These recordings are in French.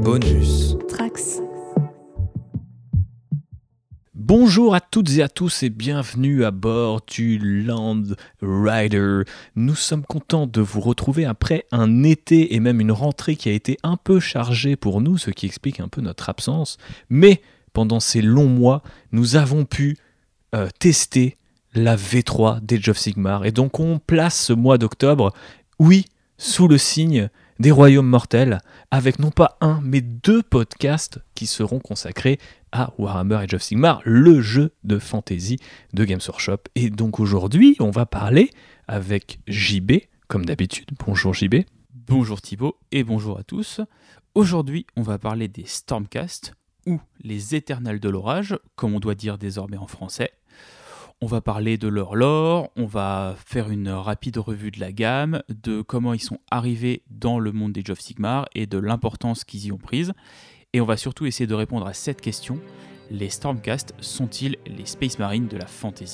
Bonus. Trax. Bonjour à toutes et à tous et bienvenue à bord du Land Rider. Nous sommes contents de vous retrouver après un été et même une rentrée qui a été un peu chargée pour nous, ce qui explique un peu notre absence. Mais pendant ces longs mois, nous avons pu tester la V3 d'Age of Sigmar. Et donc on place ce mois d'octobre, oui, sous le signe des royaumes mortels, avec non pas un, mais 2 podcasts qui seront consacrés à Warhammer Age of Sigmar, le jeu de fantasy de Games Workshop. Et donc aujourd'hui, on va parler avec JB, comme d'habitude. Bonjour JB. Bonjour Thibaut et bonjour à tous. Aujourd'hui, on va parler des Stormcast, ou les Éternels de l'Orage, comme on doit dire désormais en français. On va parler de leur lore, on va faire une rapide revue de la gamme, de comment ils sont arrivés dans le monde d'Age of Sigmar et de l'importance qu'ils y ont prise. Et on va surtout essayer de répondre à cette question: les Stormcast sont-ils les Space Marines de la fantasy ?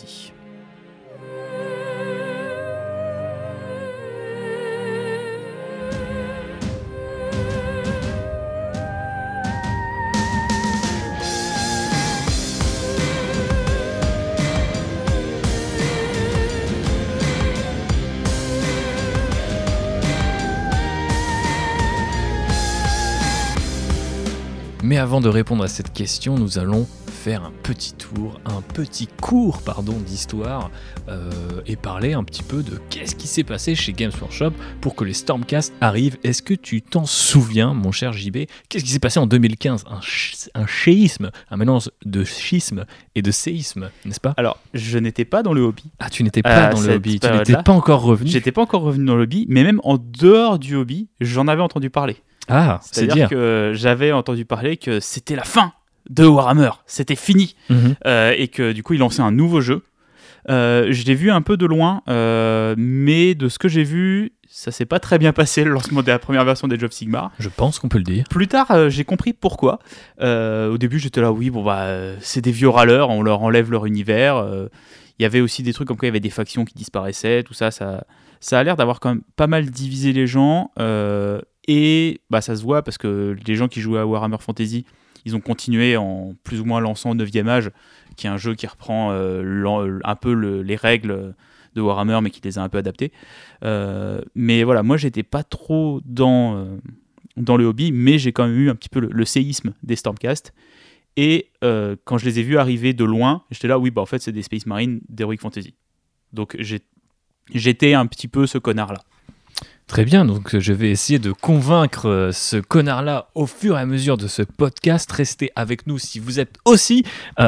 Mais avant de répondre à cette question, nous allons faire un petit cours d'histoire et parler un petit peu de qu'est-ce qui s'est passé chez Games Workshop pour que les Stormcast arrivent. Est-ce que tu t'en souviens, mon cher JB ? Qu'est-ce qui s'est passé en 2015 ? Un schisme, un mélange de schisme et de séisme, n'est-ce pas ? Alors, je n'étais pas dans le hobby. Ah, tu n'étais pas dans le hobby, tu n'étais période-là. pas encore revenu. J'étais pas encore revenu dans le hobby, mais même en dehors du hobby, j'en avais entendu parler. Ah, c'est C'est-à-dire dire. que j'avais entendu parler que c'était la fin de Warhammer, c'était fini, et que du coup il lançait un nouveau jeu. Je l'ai vu un peu de loin, mais de ce que j'ai vu, ça s'est pas très bien passé le lancement de la première version d'Age of Sigmar. Je pense qu'on peut le dire. Plus tard, j'ai compris pourquoi. Au début, j'étais là, oui, c'est des vieux râleurs, on leur enlève leur univers. Il y avait aussi des trucs comme quoi il y avait des factions qui disparaissaient, tout ça. Ça a l'air d'avoir quand même pas mal divisé les gens. Et ça se voit parce que les gens qui jouaient à Warhammer Fantasy, ils ont continué en plus ou moins lançant 9e Âge, qui est un jeu qui reprend un peu les règles de Warhammer, mais qui les a un peu adaptées. Mais voilà, moi, j'étais pas trop dans le hobby, mais j'ai quand même eu un petit peu le séisme des Stormcast. Et quand je les ai vus arriver de loin, j'étais là, oui, en fait, c'est des Space Marines d'Heroic Fantasy. Donc, j'étais un petit peu ce connard-là. Très bien, donc je vais essayer de convaincre ce connard-là au fur et à mesure de ce podcast. Restez avec nous si vous êtes aussi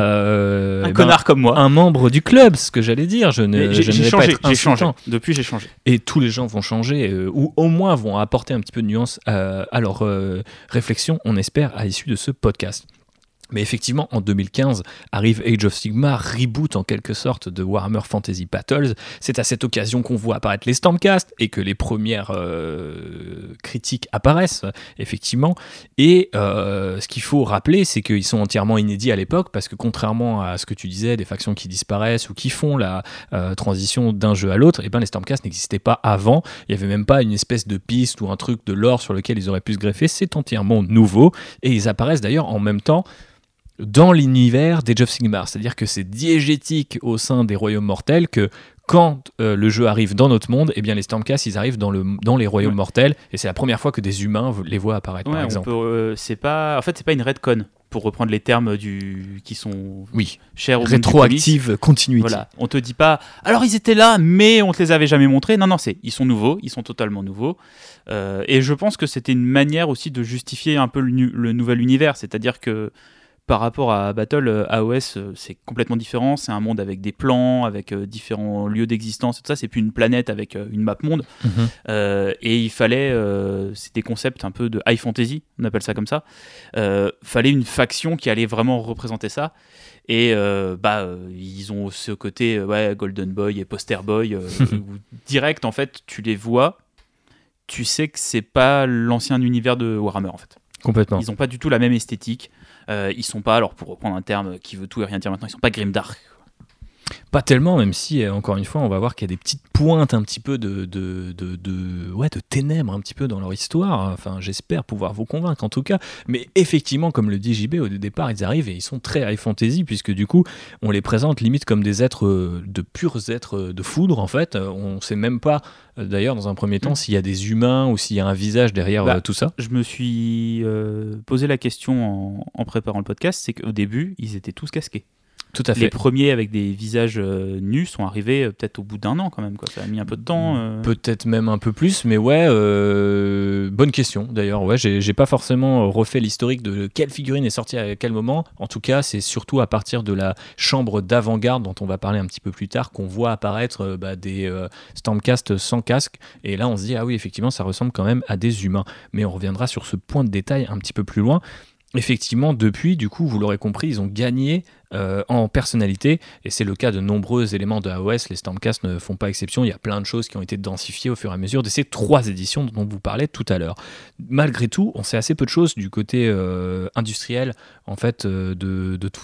Connard comme moi. un membre du club, ce que j'allais dire. Je ne J'ai vais changé, pas être insultant. Depuis, j'ai changé. Et tous les gens vont changer, ou au moins vont apporter un petit peu de nuance à leur réflexion, on espère, à l'issue de ce podcast. Mais effectivement, en 2015, arrive Age of Sigmar, reboot en quelque sorte de Warhammer Fantasy Battles. C'est à cette occasion qu'on voit apparaître les Stormcast et que les premières critiques apparaissent, effectivement. Et ce qu'il faut rappeler, c'est qu'ils sont entièrement inédits à l'époque, parce que contrairement à ce que tu disais, des factions qui disparaissent ou qui font la transition d'un jeu à l'autre, les Stormcast n'existaient pas avant. Il n'y avait même pas une espèce de piste ou un truc de lore sur lequel ils auraient pu se greffer. C'est entièrement nouveau. Et ils apparaissent d'ailleurs en même temps dans l'univers d'Age of Sigmar, c'est-à-dire que c'est diégétique au sein des royaumes mortels que quand le jeu arrive dans notre monde, eh bien les Stormcast ils arrivent dans les royaumes mortels, et c'est la première fois que des humains les voient apparaître, par exemple. C'est pas une retcon, pour reprendre les termes qui sont chers au monde du rétroactive continuity. Voilà, on te dit pas alors ils étaient là mais on te les avait jamais montrés. Non, ils sont nouveaux, ils sont totalement nouveaux. Et je pense que c'était une manière aussi de justifier un peu le nouvel univers, c'est-à-dire que par rapport à Battle, AOS, c'est complètement différent. C'est un monde avec des plans, avec différents lieux d'existence. Et tout ça, c'est plus une planète avec une map monde. Et il fallait, c'est des concepts un peu de high fantasy, on appelle ça comme ça. Fallait une faction qui allait vraiment représenter ça. Et ils ont ce côté Golden Boy et Poster Boy, où direct, en fait, tu les vois, tu sais que c'est pas l'ancien univers de Warhammer, en fait. Complètement. Ils n'ont pas du tout la même esthétique. Ils sont pas, alors pour reprendre un terme qui veut tout et rien dire maintenant, ils sont pas grimdark. Pas tellement, même si, encore une fois, on va voir qu'il y a des petites pointes un petit peu de ténèbres un petit peu dans leur histoire. Enfin, j'espère pouvoir vous convaincre en tout cas. Mais effectivement, comme le dit JB, au départ, ils arrivent et ils sont très high fantasy, puisque du coup, on les présente limite comme des êtres, de purs êtres de foudre, en fait. On ne sait même pas, d'ailleurs, dans un premier temps, s'il y a des humains ou s'il y a un visage derrière tout ça. Je me suis posé la question en préparant le podcast, c'est qu'au début, ils étaient tous casqués. Tout à fait. Les premiers avec des visages nus sont arrivés peut-être au bout d'un an quand même, quoi. Ça a mis un peu de temps. Peut-être même un peu plus, mais ouais, bonne question d'ailleurs. Ouais, j'ai pas forcément refait l'historique de quelle figurine est sortie à quel moment. En tout cas, c'est surtout à partir de la chambre d'avant-garde dont on va parler un petit peu plus tard qu'on voit apparaître des Stormcast sans casque. Et là, on se dit, ah oui, effectivement, ça ressemble quand même à des humains. Mais on reviendra sur ce point de détail un petit peu plus loin. Effectivement, depuis, du coup, vous l'aurez compris, ils ont gagné en personnalité, et c'est le cas de nombreux éléments de AOS, les Stormcast ne font pas exception, il y a plein de choses qui ont été densifiées au fur et à mesure de ces 3 éditions dont vous parlais tout à l'heure. Malgré tout, on sait assez peu de choses du côté industriel, en fait, de tout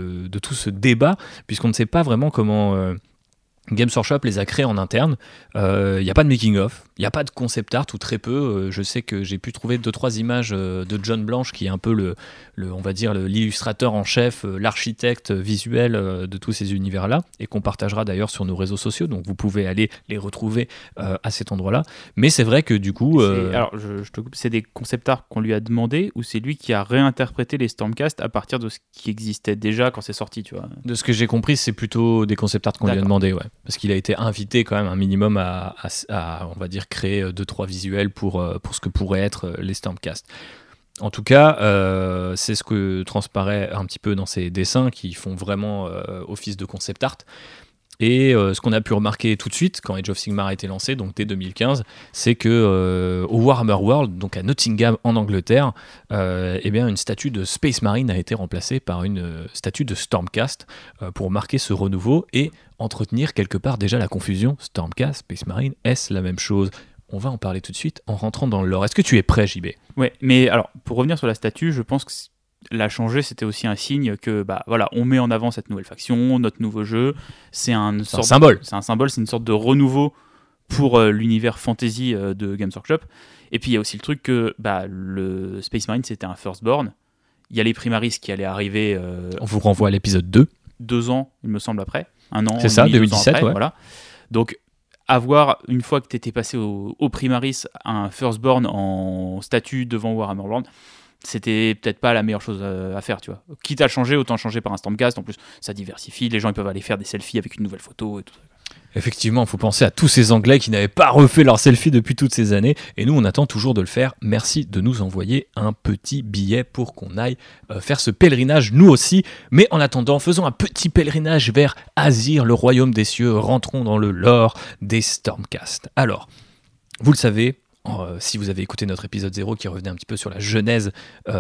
ce débat, puisqu'on ne sait pas vraiment comment... Games Workshop les a créés en interne. Il n'y a pas de making-of, il n'y a pas de concept art ou très peu. Je sais que j'ai pu trouver 2-3 images de John Blanche, qui est un peu on va dire l'illustrateur en chef, l'architecte visuel de tous ces univers-là, et qu'on partagera d'ailleurs sur nos réseaux sociaux. Donc vous pouvez aller les retrouver à cet endroit-là. Mais c'est vrai que du coup... Alors, je te coupe, c'est des concept art qu'on lui a demandé, ou c'est lui qui a réinterprété les Stormcast à partir de ce qui existait déjà quand c'est sorti, tu vois? De ce que j'ai compris, c'est plutôt des concept art qu'on lui a demandé, ouais. Parce qu'il a été invité quand même un minimum à on va dire, créer 2-3 visuels pour ce que pourraient être les Stormcast. En tout cas, c'est ce que transparaît un petit peu dans ces dessins qui font vraiment office de concept art. Et ce qu'on a pu remarquer tout de suite quand Age of Sigmar a été lancé, donc dès 2015, c'est que au Warhammer World, donc à Nottingham en Angleterre, une statue de Space Marine a été remplacée par une statue de Stormcast pour marquer ce renouveau et entretenir quelque part déjà la confusion. Stormcast, Space Marine, est-ce la même chose ? On va en parler tout de suite en rentrant dans le lore. Est-ce que tu es prêt, JB ? Ouais, mais alors, pour revenir sur la statue, je pense que la changer, c'était aussi un signe que, voilà, on met en avant cette nouvelle faction, notre nouveau jeu. C'est un symbole. C'est un symbole, c'est une sorte de renouveau pour l'univers fantasy de Games Workshop. Et puis, il y a aussi le truc que le Space Marine, c'était un Firstborn. Il y a les Primaris qui allaient arriver... on vous renvoie à l'épisode 2. 2 ans, il me semble, après. 1 an. C'est ça, 2017, après, ouais. Voilà. Donc, avoir, une fois que tu étais passé au Primaris, un Firstborn en statue devant Warhammer World, c'était peut-être pas la meilleure chose à faire, tu vois. Quitte à le changer, autant changer par un Stormcast. En plus, ça diversifie. Les gens, ils peuvent aller faire des selfies avec une nouvelle photo et tout ça. Effectivement, il faut penser à tous ces Anglais qui n'avaient pas refait leur selfie depuis toutes ces années. Et nous, on attend toujours de le faire. Merci de nous envoyer un petit billet pour qu'on aille faire ce pèlerinage, nous aussi. Mais en attendant, faisons un petit pèlerinage vers Azir, le royaume des cieux. Rentrons dans le lore des Stormcast. Alors, vous le savez, si vous avez écouté notre épisode 0 qui revenait un petit peu sur la genèse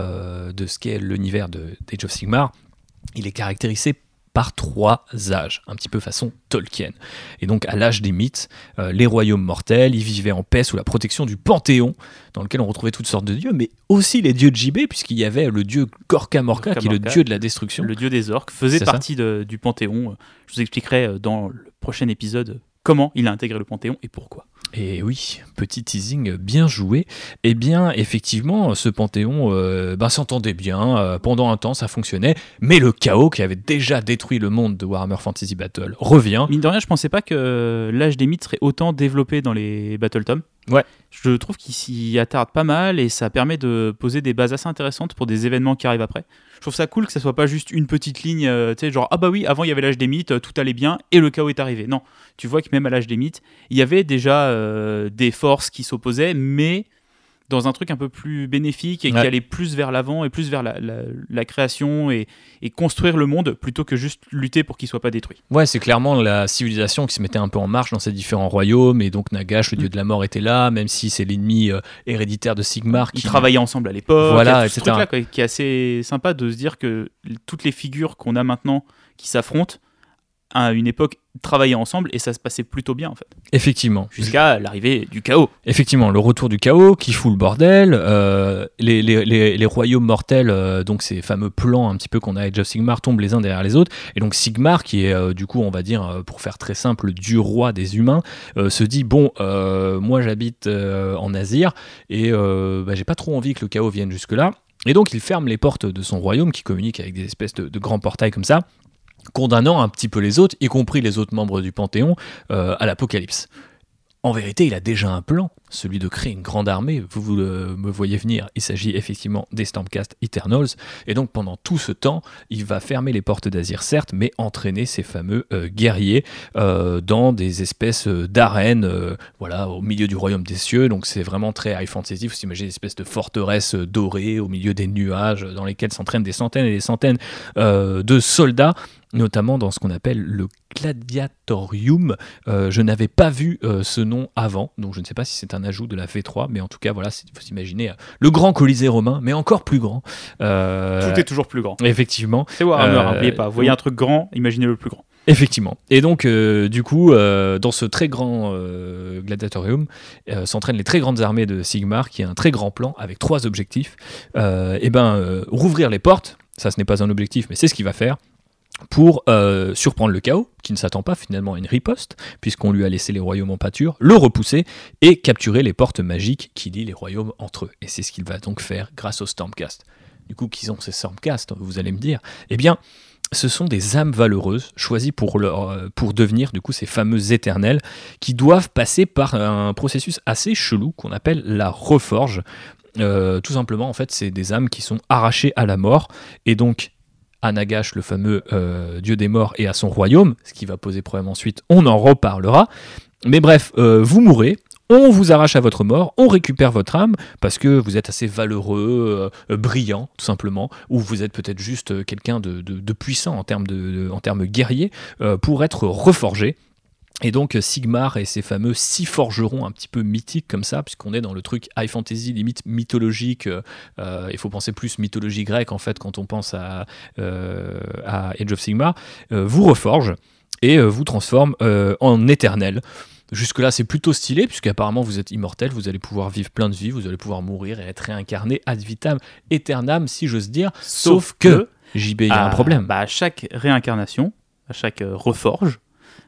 de ce qu'est l'univers d'Age of Sigmar, il est caractérisé par 3 âges, un petit peu façon Tolkien. Et donc à l'âge des mythes, les royaumes mortels, ils vivaient en paix sous la protection du Panthéon, dans lequel on retrouvait toutes sortes de dieux, mais aussi les dieux de JB, puisqu'il y avait le dieu Gorka Morka, qui est le dieu de la destruction. Le dieu des orques, faisait partie du Panthéon. Je vous expliquerai dans le prochain épisode comment il a intégré le Panthéon et pourquoi. Et oui, petit teasing bien joué. Eh bien, effectivement, ce Panthéon s'entendait bien. Pendant un temps, ça fonctionnait. Mais le chaos qui avait déjà détruit le monde de Warhammer Fantasy Battle revient. Mine de rien, je pensais pas que l'âge des mythes serait autant développé dans les Battletomes. Ouais. Je trouve qu'il s'y attarde pas mal et ça permet de poser des bases assez intéressantes pour des événements qui arrivent après. Je trouve ça cool que ça soit pas juste une petite ligne, tu sais, genre ah bah oui, avant il y avait l'âge des mythes, tout allait bien et le chaos est arrivé. Non, tu vois que même à l'âge des mythes, il y avait déjà des forces qui s'opposaient, mais dans un truc un peu plus bénéfique et qui allait plus vers l'avant et plus vers la création et construire le monde plutôt que juste lutter pour qu'il soit pas détruit. Ouais, c'est clairement la civilisation qui se mettait un peu en marche dans ces différents royaumes, et donc Nagash, le dieu de la mort, était là, même si c'est l'ennemi héréditaire de Sigmar. Ils travaillaient ensemble à l'époque, voilà, etc. Ce truc-là qui est assez sympa de se dire que toutes les figures qu'on a maintenant qui s'affrontent à une époque travaillaient ensemble et ça se passait plutôt bien en fait. Effectivement. Jusqu'à l'arrivée du chaos. Effectivement, le retour du chaos qui fout le bordel, les royaumes mortels, donc ces fameux plans un petit peu qu'on a à Age of Sigmar, tombent les uns derrière les autres, et donc Sigmar, qui est du coup, on va dire, pour faire très simple, du roi des humains, se dit, bon, moi j'habite en Azir, et j'ai pas trop envie que le chaos vienne jusque-là, et donc il ferme les portes de son royaume, qui communique avec des espèces de grands portails comme ça, condamnant un petit peu les autres, y compris les autres membres du Panthéon, à l'apocalypse. En vérité, il a déjà un plan, celui de créer une grande armée. Vous me voyez venir, il s'agit effectivement des Stormcast Eternals. Et donc, pendant tout ce temps, il va fermer les portes d'Azir, certes, mais entraîner ces fameux guerriers dans des espèces d'arènes, au milieu du royaume des cieux. Donc, c'est vraiment très high fantasy. Vous imaginez des espèces de forteresses dorées au milieu des nuages, dans lesquelles s'entraînent des centaines et des centaines de soldats, notamment dans ce qu'on appelle le Gladiatorium. Je n'avais pas vu ce nom avant, donc je ne sais pas si c'est un ajout de la V3, mais en tout cas, voilà, il faut s'imaginer le grand Colisée romain, mais encore plus grand. Tout est toujours plus grand. Effectivement. C'est Warhammer, n'oubliez pas. Vous voyez un truc grand, imaginez le plus grand. Effectivement. Et donc, du coup, dans ce très grand Gladiatorium, s'entraînent les très grandes armées de Sigmar, qui a un très grand plan avec 3 objectifs. Rouvrir les portes, ça ce n'est pas un objectif, mais c'est ce qu'il va faire, pour surprendre le chaos, qui ne s'attend pas finalement à une riposte, puisqu'on lui a laissé les royaumes en pâture, le repousser et capturer les portes magiques qui lient les royaumes entre eux. Et c'est ce qu'il va donc faire grâce aux Stormcast. Du coup, qui sont ces Stormcast, vous allez me dire? Eh bien, ce sont des âmes valeureuses choisies pour devenir du coup ces fameux éternels qui doivent passer par un processus assez chelou qu'on appelle la reforge. Tout simplement, en fait, c'est des âmes qui sont arrachées à la mort, et donc à Nagash, le fameux dieu des morts, et à son royaume, ce qui va poser problème ensuite, on en reparlera. Mais bref, vous mourrez, on vous arrache à votre mort, on récupère votre âme, parce que vous êtes assez valeureux, brillant, tout simplement, ou vous êtes peut-être juste quelqu'un de puissant en termes guerriers, pour être reforgé. Et donc Sigmar et ses fameux 6 forgerons un petit peu mythiques comme ça, puisqu'on est dans le truc high fantasy, limite mythologique, il faut penser plus mythologie grecque en fait quand on pense à Age of Sigmar, vous reforge et vous transforme en éternel. Jusque-là, c'est plutôt stylé, puisqu'apparemment vous êtes immortel, vous allez pouvoir vivre plein de vies, vous allez pouvoir mourir et être réincarné ad vitam aeternam, si j'ose dire, sauf que JB, il y a un problème. À chaque réincarnation, à chaque reforge,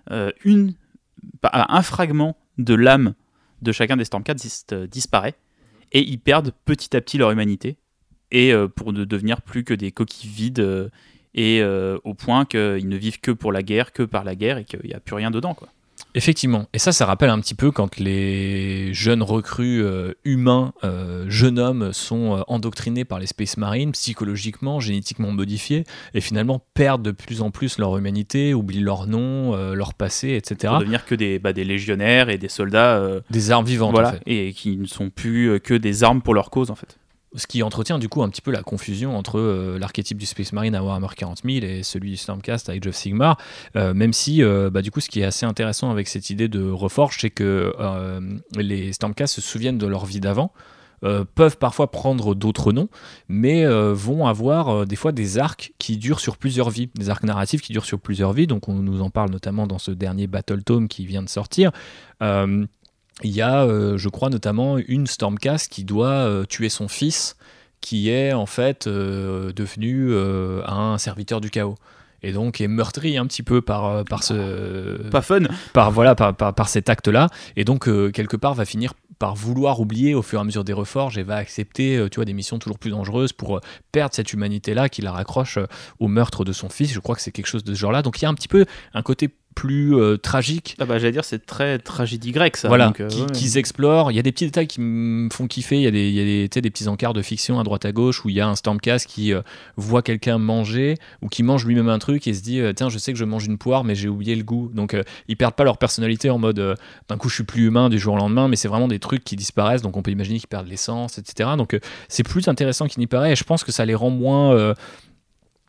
un fragment de l'âme de chacun des Stormcast disparaît, et ils perdent petit à petit leur humanité, et pour ne devenir plus que des coquilles vides, et au point qu'ils ne vivent que pour la guerre, que par la guerre, et qu'il n'y a plus rien dedans, quoi. Effectivement, et ça rappelle un petit peu quand les jeunes recrues humains, jeunes hommes, sont endoctrinés par les Space Marines, psychologiquement, génétiquement modifiés, et finalement perdent de plus en plus leur humanité, oublient leur nom, leur passé, etc. Pour devenir que des légionnaires et des soldats. Des armes vivantes, voilà, en fait. Et qui ne sont plus que des armes pour leur cause, en fait. Ce qui entretient du coup un petit peu la confusion entre l'archétype du Space Marine à Warhammer 40 000 et celui du Stormcast à Age of Sigmar, même si du coup ce qui est assez intéressant avec cette idée de reforge, c'est que les Stormcast se souviennent de leur vie d'avant, peuvent parfois prendre d'autres noms, mais vont avoir des fois des arcs qui durent sur plusieurs vies, des arcs narratifs qui durent sur plusieurs vies, donc on nous en parle notamment dans ce dernier Battle Tome qui vient de sortir. Il y a, je crois, notamment une Stormcast qui doit tuer son fils, qui est en fait devenu un serviteur du chaos. Et donc est meurtri un petit peu par ce... Pas fun. Par cet acte-là. Et donc, quelque part, va finir par vouloir oublier au fur et à mesure des reforges et va accepter des missions toujours plus dangereuses pour perdre cette humanité-là qui la raccroche au meurtre de son fils. Je crois que c'est quelque chose de ce genre-là. Donc il y a un petit peu un côté plus tragique. J'allais dire, c'est très tragédie grecque, ça. Voilà, donc, qu'ils explorent. Il y a des petits détails qui me font kiffer. Il y a des petits encarts de fiction à droite à gauche où il y a un Stormcast qui voit quelqu'un manger ou qui mange lui-même un truc et se dit tiens, je sais que je mange une poire, mais j'ai oublié le goût. Donc ils perdent pas leur personnalité en mode d'un coup je suis plus humain du jour au lendemain, mais c'est vraiment des trucs qui disparaissent. Donc on peut imaginer qu'ils perdent l'essence, etc. Donc c'est plus intéressant qu'il n'y paraît. Et je pense que ça les rend moins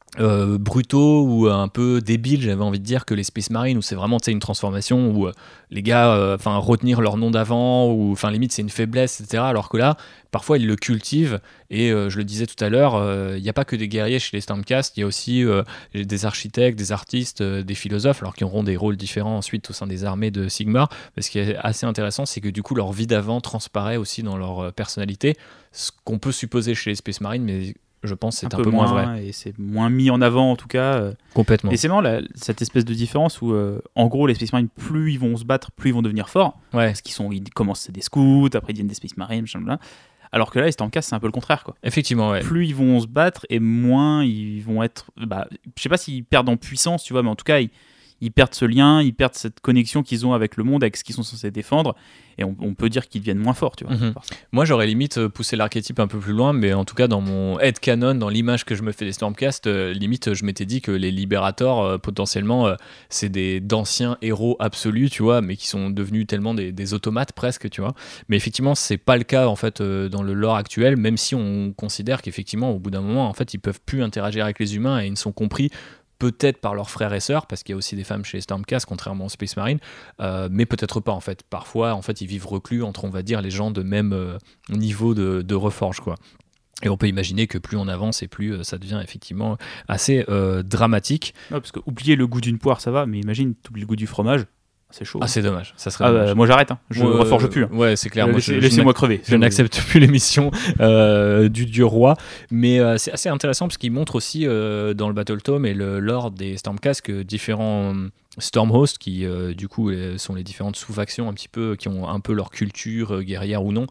brutaux ou un peu débiles, j'avais envie de dire, que les Space Marines, où c'est vraiment une transformation où les gars retenir leur nom d'avant, ou limite c'est une faiblesse, etc. Alors que là, parfois ils le cultivent, et je le disais tout à l'heure, il n'y a pas que des guerriers chez les Stormcast, il y a aussi des architectes, des artistes, des philosophes, alors qui auront des rôles différents ensuite au sein des armées de Sigmar. Mais ce qui est assez intéressant, c'est que du coup leur vie d'avant transparaît aussi dans leur personnalité, ce qu'on peut supposer chez les Space Marines, mais je pense que c'est un peu moins vrai. Et c'est moins mis en avant en tout cas. Complètement. Et c'est marrant cette espèce de différence où en gros les Space Marines, plus ils vont se battre, plus ils vont devenir forts. Ouais. Parce ils commencent c'est des scouts, après ils deviennent des Space Marines, alors que là les Stormcast c'est un peu le contraire quoi. Effectivement, ouais. Plus ils vont se battre et moins ils vont être, je sais pas s'ils perdent en puissance, tu vois, mais en tout cas ils perdent ce lien, ils perdent cette connexion qu'ils ont avec le monde, avec ce qu'ils sont censés défendre, et on peut dire qu'ils deviennent moins forts, tu vois. Moi, j'aurais limite poussé l'archétype un peu plus loin, mais en tout cas, dans mon headcanon, dans l'image que je me fais des Stormcast, limite, je m'étais dit que les Libérators, potentiellement, c'est d'anciens héros absolus, tu vois, mais qui sont devenus tellement des automates presque, tu vois. Mais effectivement, c'est pas le cas, en fait, dans le lore actuel, même si on considère qu'effectivement, au bout d'un moment, en fait, ils peuvent plus interagir avec les humains et ils ne sont compris peut-être par leurs frères et sœurs, parce qu'il y a aussi des femmes chez les Stormcast, contrairement aux Space Marine, mais peut-être pas en fait. Parfois, en fait, ils vivent reclus entre, on va dire, les gens de même niveau de reforge, quoi. Et on peut imaginer que plus on avance et plus ça devient effectivement assez dramatique. Ouais, parce que oublier le goût d'une poire, ça va, mais imagine, t'oublies le goût du fromage. C'est chaud. Ah, c'est dommage. Ça serait dommage. Moi j'arrête, je reforge plus. Ouais, c'est clair. Laissez-moi crever. Je n'accepte plus l'émission du dieu roi. Mais c'est assez intéressant parce qu'il montre aussi dans le Battle Tome et le lore des Stormcast que différents Stormhosts, qui du coup sont les différentes sous-factions un petit peu, qui ont un peu leur culture guerrière ou non,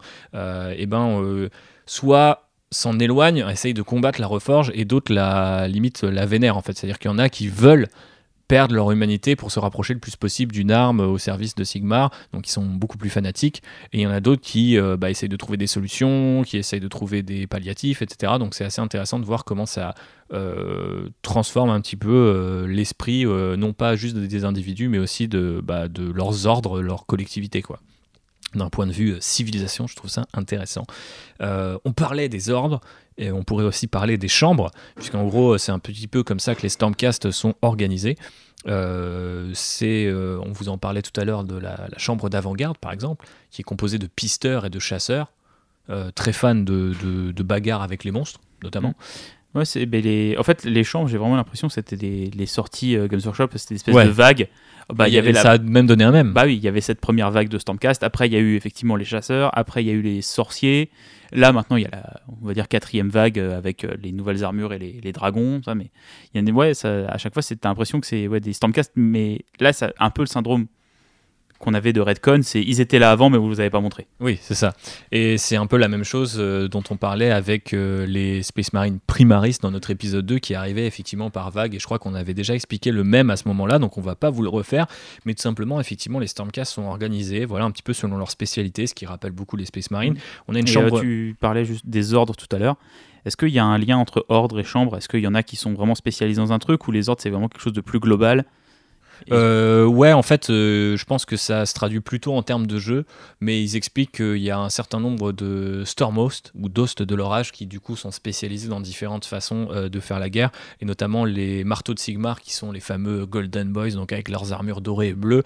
soit s'en éloignent, essayent de combattre la reforge, et d'autres limite la vénèrent en fait. C'est-à-dire qu'il y en a qui veulent perdent leur humanité pour se rapprocher le plus possible d'une arme au service de Sigmar, donc ils sont beaucoup plus fanatiques, et il y en a d'autres qui essayent de trouver des solutions, qui essayent de trouver des palliatifs, etc. Donc c'est assez intéressant de voir comment ça transforme un petit peu l'esprit, non pas juste des individus, mais aussi de leurs ordres, leur collectivité, quoi. D'un point de vue civilisation, je trouve ça intéressant. On parlait des ordres, et on pourrait aussi parler des chambres, puisqu'en gros, c'est un petit peu comme ça que les Stormcast sont organisés. On vous en parlait tout à l'heure de la chambre d'avant-garde, par exemple, qui est composée de pisteurs et de chasseurs, très fans de bagarres avec les monstres, notamment. Ouais, en fait, les chambres, j'ai vraiment l'impression que c'était les sorties Games Workshop, c'était une espèce de vague. Ça a même donné un même. Oui, il y avait cette première vague de Stormcast. Après, il y a eu effectivement les chasseurs. Après, il y a eu les sorciers. Là, maintenant, il y a on va dire, quatrième vague avec les nouvelles armures et les dragons. Ça, mais il y a à chaque fois, t'as l'impression que c'est des Stormcast. Mais là, c'est un peu le syndrome qu'on avait de Redcon, c'est ils étaient là avant mais vous ne les avez pas montrés. Oui, c'est ça. Et c'est un peu la même chose dont on parlait avec les Space Marine Primaris dans notre épisode 2 qui arrivait effectivement par vague, et je crois qu'on avait déjà expliqué le même à ce moment-là, donc on ne va pas vous le refaire, mais tout simplement, effectivement, les Stormcast sont organisés, voilà, un petit peu selon leur spécialité, ce qui rappelle beaucoup les Space Marine. On a une chambre... tu parlais juste des ordres tout à l'heure. Est-ce qu'il y a un lien entre ordre et chambre ? Est-ce qu'il y en a qui sont vraiment spécialisés dans un truc, ou les ordres c'est vraiment quelque chose de plus global ? Ouais, en fait, je pense que ça se traduit plutôt en termes de jeu, mais ils expliquent qu'il y a un certain nombre de Stormhosts ou d'hosts de l'orage qui du coup sont spécialisés dans différentes façons de faire la guerre, et notamment les marteaux de Sigmar qui sont les fameux Golden Boys, donc avec leurs armures dorées et bleues,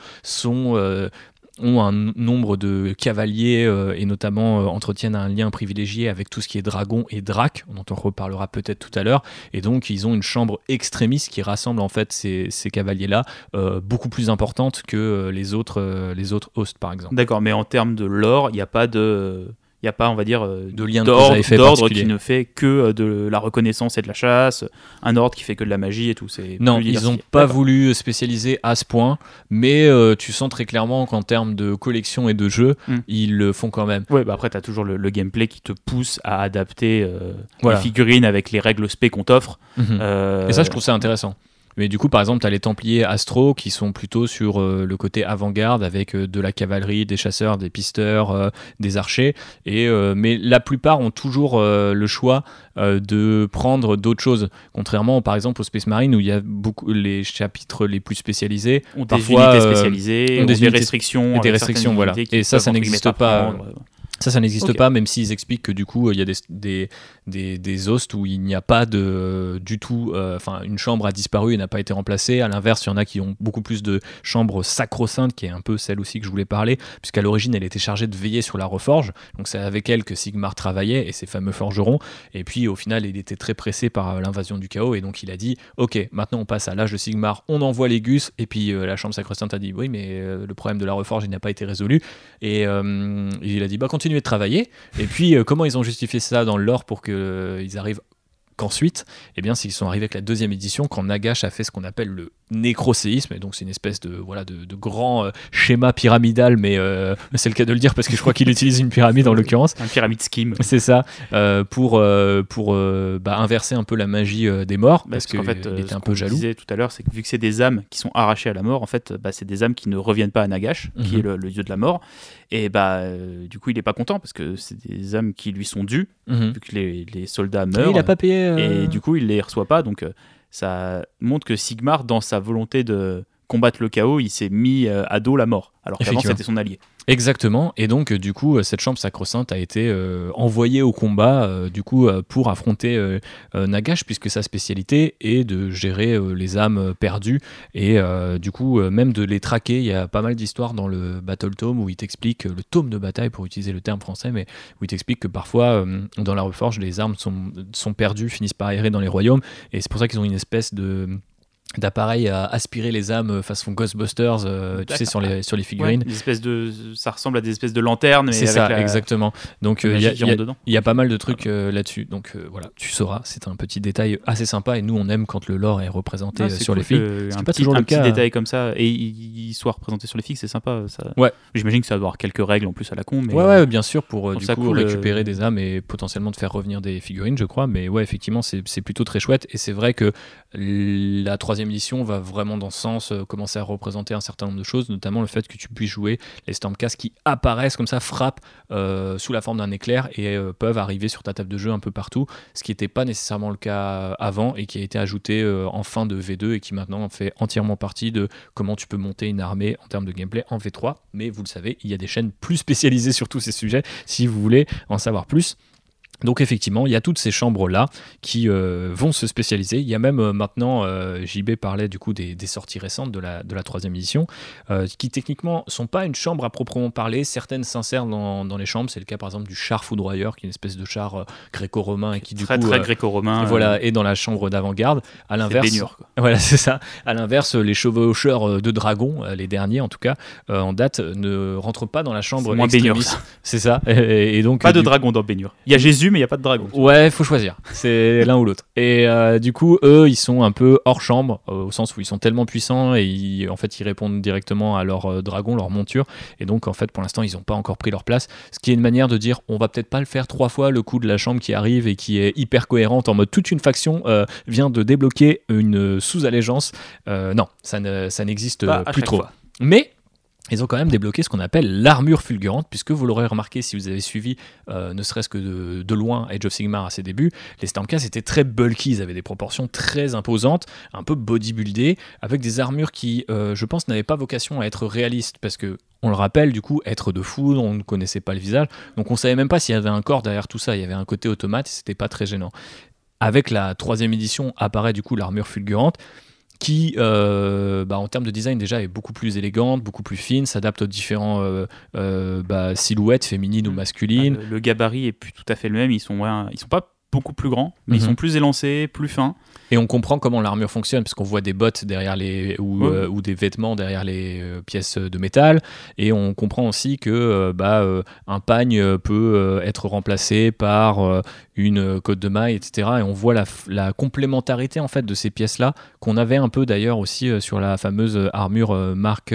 ont un nombre de cavaliers et notamment entretiennent un lien privilégié avec tout ce qui est dragon et drac, dont on reparlera peut-être tout à l'heure, et donc ils ont une chambre extrémiste qui rassemble en fait ces cavaliers-là, beaucoup plus importante que les autres hosts par exemple. D'accord, mais en termes de lore, il n'y a pas on va dire, de lien d'ordre qui ne fait que de la reconnaissance et de la chasse, un ordre qui fait que de la magie et tout. Non, ils n'ont pas voulu spécialiser à ce point, mais tu sens très clairement qu'en termes de collection et de jeu, ils le font quand même. Ouais, après, tu as toujours le gameplay qui te pousse à adapter les figurines avec les règles spé qu'on t'offre. Et ça, je trouve ça intéressant. Mais du coup, par exemple, tu as les Templiers Astro qui sont plutôt sur le côté avant-garde avec de la cavalerie, des chasseurs, des pisteurs, des archers. Mais la plupart ont toujours le choix de prendre d'autres choses. Contrairement, par exemple, aux Space Marine où il y a beaucoup les chapitres les plus spécialisés. Ont des unités spécialisées, ont des restrictions. Et des restrictions, voilà. Et ça n'existe pas. Ça n'existe Ok. pas, même s'ils expliquent que du coup, il y a des hosts où il n'y a pas du tout. Enfin, une chambre a disparu et n'a pas été remplacée. À l'inverse, il y en a qui ont beaucoup plus de chambres sacro-saintes, qui est un peu celle aussi que je voulais parler, puisqu'à l'origine, elle était chargée de veiller sur la reforge. Donc, c'est avec elle que Sigmar travaillait et ses fameux forgerons. Et puis, au final, il était très pressé par l'invasion du chaos. Et donc, il a dit ok, maintenant, on passe à l'âge de Sigmar, on envoie les Gus. Et puis, la chambre sacro-sainte a dit oui, mais le problème de la reforge, il n'a pas été résolu. Et il a dit bah, continuez de travailler. Et puis, comment ils ont justifié ça dans le lore pour qu'ils arrivent qu'ensuite, eh bien, c'est qu'ils sont arrivés avec la deuxième édition quand Nagash a fait ce qu'on appelle le nécroséisme, et donc c'est une espèce de grand schéma pyramidal, mais c'est le cas de le dire parce que je crois qu'il utilise une pyramide en l'occurrence. Un pyramide scheme. C'est ça, pour inverser un peu la magie des morts, parce qu'en fait, qu'il était ce un peu qu'on jaloux. disait tout à l'heure, c'est que vu que c'est des âmes qui sont arrachées à la mort, en fait, c'est des âmes qui ne reviennent pas à Nagash, qui est le dieu de la mort. Et du coup, il n'est pas content parce que c'est des âmes qui lui sont dues, vu que les soldats meurent. Il n'a pas payé. Et du coup, il les reçoit pas. Donc, ça montre que Sigmar, dans sa volonté de combattre le chaos, il s'est mis à dos la mort, alors qu'avant c'était son allié. Exactement, et donc du coup cette chambre sacro-sainte a été envoyée au combat pour affronter Nagash, puisque sa spécialité est de gérer les âmes perdues et du coup même de les traquer. Il y a pas mal d'histoires dans le Battle Tome où il t'explique, le tome de bataille pour utiliser le terme français, mais où il t'explique que parfois dans la Reforge les armes sont perdues, finissent par errer dans les royaumes, et c'est pour ça qu'ils ont une espèce d'appareil à aspirer les âmes façon Ghostbusters, tu sais, sur les figurines. Ouais, ça ressemble à des espèces de lanternes. C'est ça, exactement. Donc il y a pas mal de trucs là-dessus. Donc voilà, tu sauras, c'est un petit détail assez sympa, et nous on aime quand le lore est représenté sur les figues. Un petit détail comme ça, et il soit représenté sur les figues, c'est sympa. Ça. Ouais. J'imagine que ça doit avoir quelques règles en plus à la con. Mais ouais, bien sûr, pour du coup cool, récupérer des âmes et potentiellement de faire revenir des figurines, je crois. Mais ouais, effectivement, c'est plutôt très chouette, et c'est vrai que la troisième édition va vraiment dans ce sens, commencer à représenter un certain nombre de choses, notamment le fait que tu puisses jouer les Stormcast qui apparaissent comme ça, frappent sous la forme d'un éclair et peuvent arriver sur ta table de jeu un peu partout, ce qui n'était pas nécessairement le cas avant et qui a été ajouté en fin de V2 et qui maintenant fait entièrement partie de comment tu peux monter une armée en termes de gameplay en V3. Mais vous le savez, il y a des chaînes plus spécialisées sur tous ces sujets si vous voulez en savoir plus. Donc effectivement, il y a toutes ces chambres-là qui vont se spécialiser. Il y a même maintenant, JB parlait du coup des sorties récentes de la troisième édition, qui techniquement sont pas une chambre à proprement parler. Certaines s'insèrent dans les chambres. C'est le cas par exemple du char foudroyeur, qui est une espèce de char gréco-romain et qui du coup très gréco-romain. Voilà, est dans la chambre d'avant-garde. À l'inverse, baignure, quoi. Voilà, c'est ça. À l'inverse, les chevaucheurs de dragons, les derniers en tout cas, en date, ne rentrent pas dans la chambre extremis. C'est ça. Et donc pas de dragon dans baignure. Il y a Jésus, mais il n'y a pas de dragon. Ouais, faut choisir. C'est l'un ou l'autre. Et du coup, eux, ils sont un peu hors chambre, au sens où ils sont tellement puissants et ils répondent directement à leur dragon, leur monture. Et donc, en fait, pour l'instant, ils n'ont pas encore pris leur place. Ce qui est une manière de dire, on va peut-être pas le faire 3 fois, le coup de la chambre qui arrive et qui est hyper cohérente, en mode toute une faction vient de débloquer une sous-allégeance. Non, ça n'existe plus trop. Fois. Mais ils ont quand même débloqué ce qu'on appelle l'armure fulgurante, puisque vous l'aurez remarqué si vous avez suivi, ne serait-ce que de loin, Age of Sigmar à ses débuts, les Stormcast étaient très bulky, ils avaient des proportions très imposantes, un peu bodybuildées, avec des armures qui, je pense, n'avaient pas vocation à être réalistes, parce que, on le rappelle, du coup, être de foudre, on ne connaissait pas le visage, donc on savait même pas s'il y avait un corps derrière tout ça, il y avait un côté automate, et c'était pas très gênant. Avec la troisième édition apparaît du coup l'armure fulgurante, qui, en termes de design déjà, est beaucoup plus élégante, beaucoup plus fine, s'adapte aux différents silhouettes féminines ou masculines. Le gabarit est plus tout à fait le même, ils sont pas beaucoup plus grands, mais ils sont plus élancés, plus fins. Et on comprend comment l'armure fonctionne, parce qu'on voit des bottes derrière ou des vêtements derrière les pièces de métal, et on comprend aussi que un pagne peut être remplacé par une cotte de maille, etc. Et on voit la complémentarité en fait de ces pièces-là, qu'on avait un peu d'ailleurs aussi sur la fameuse armure Mark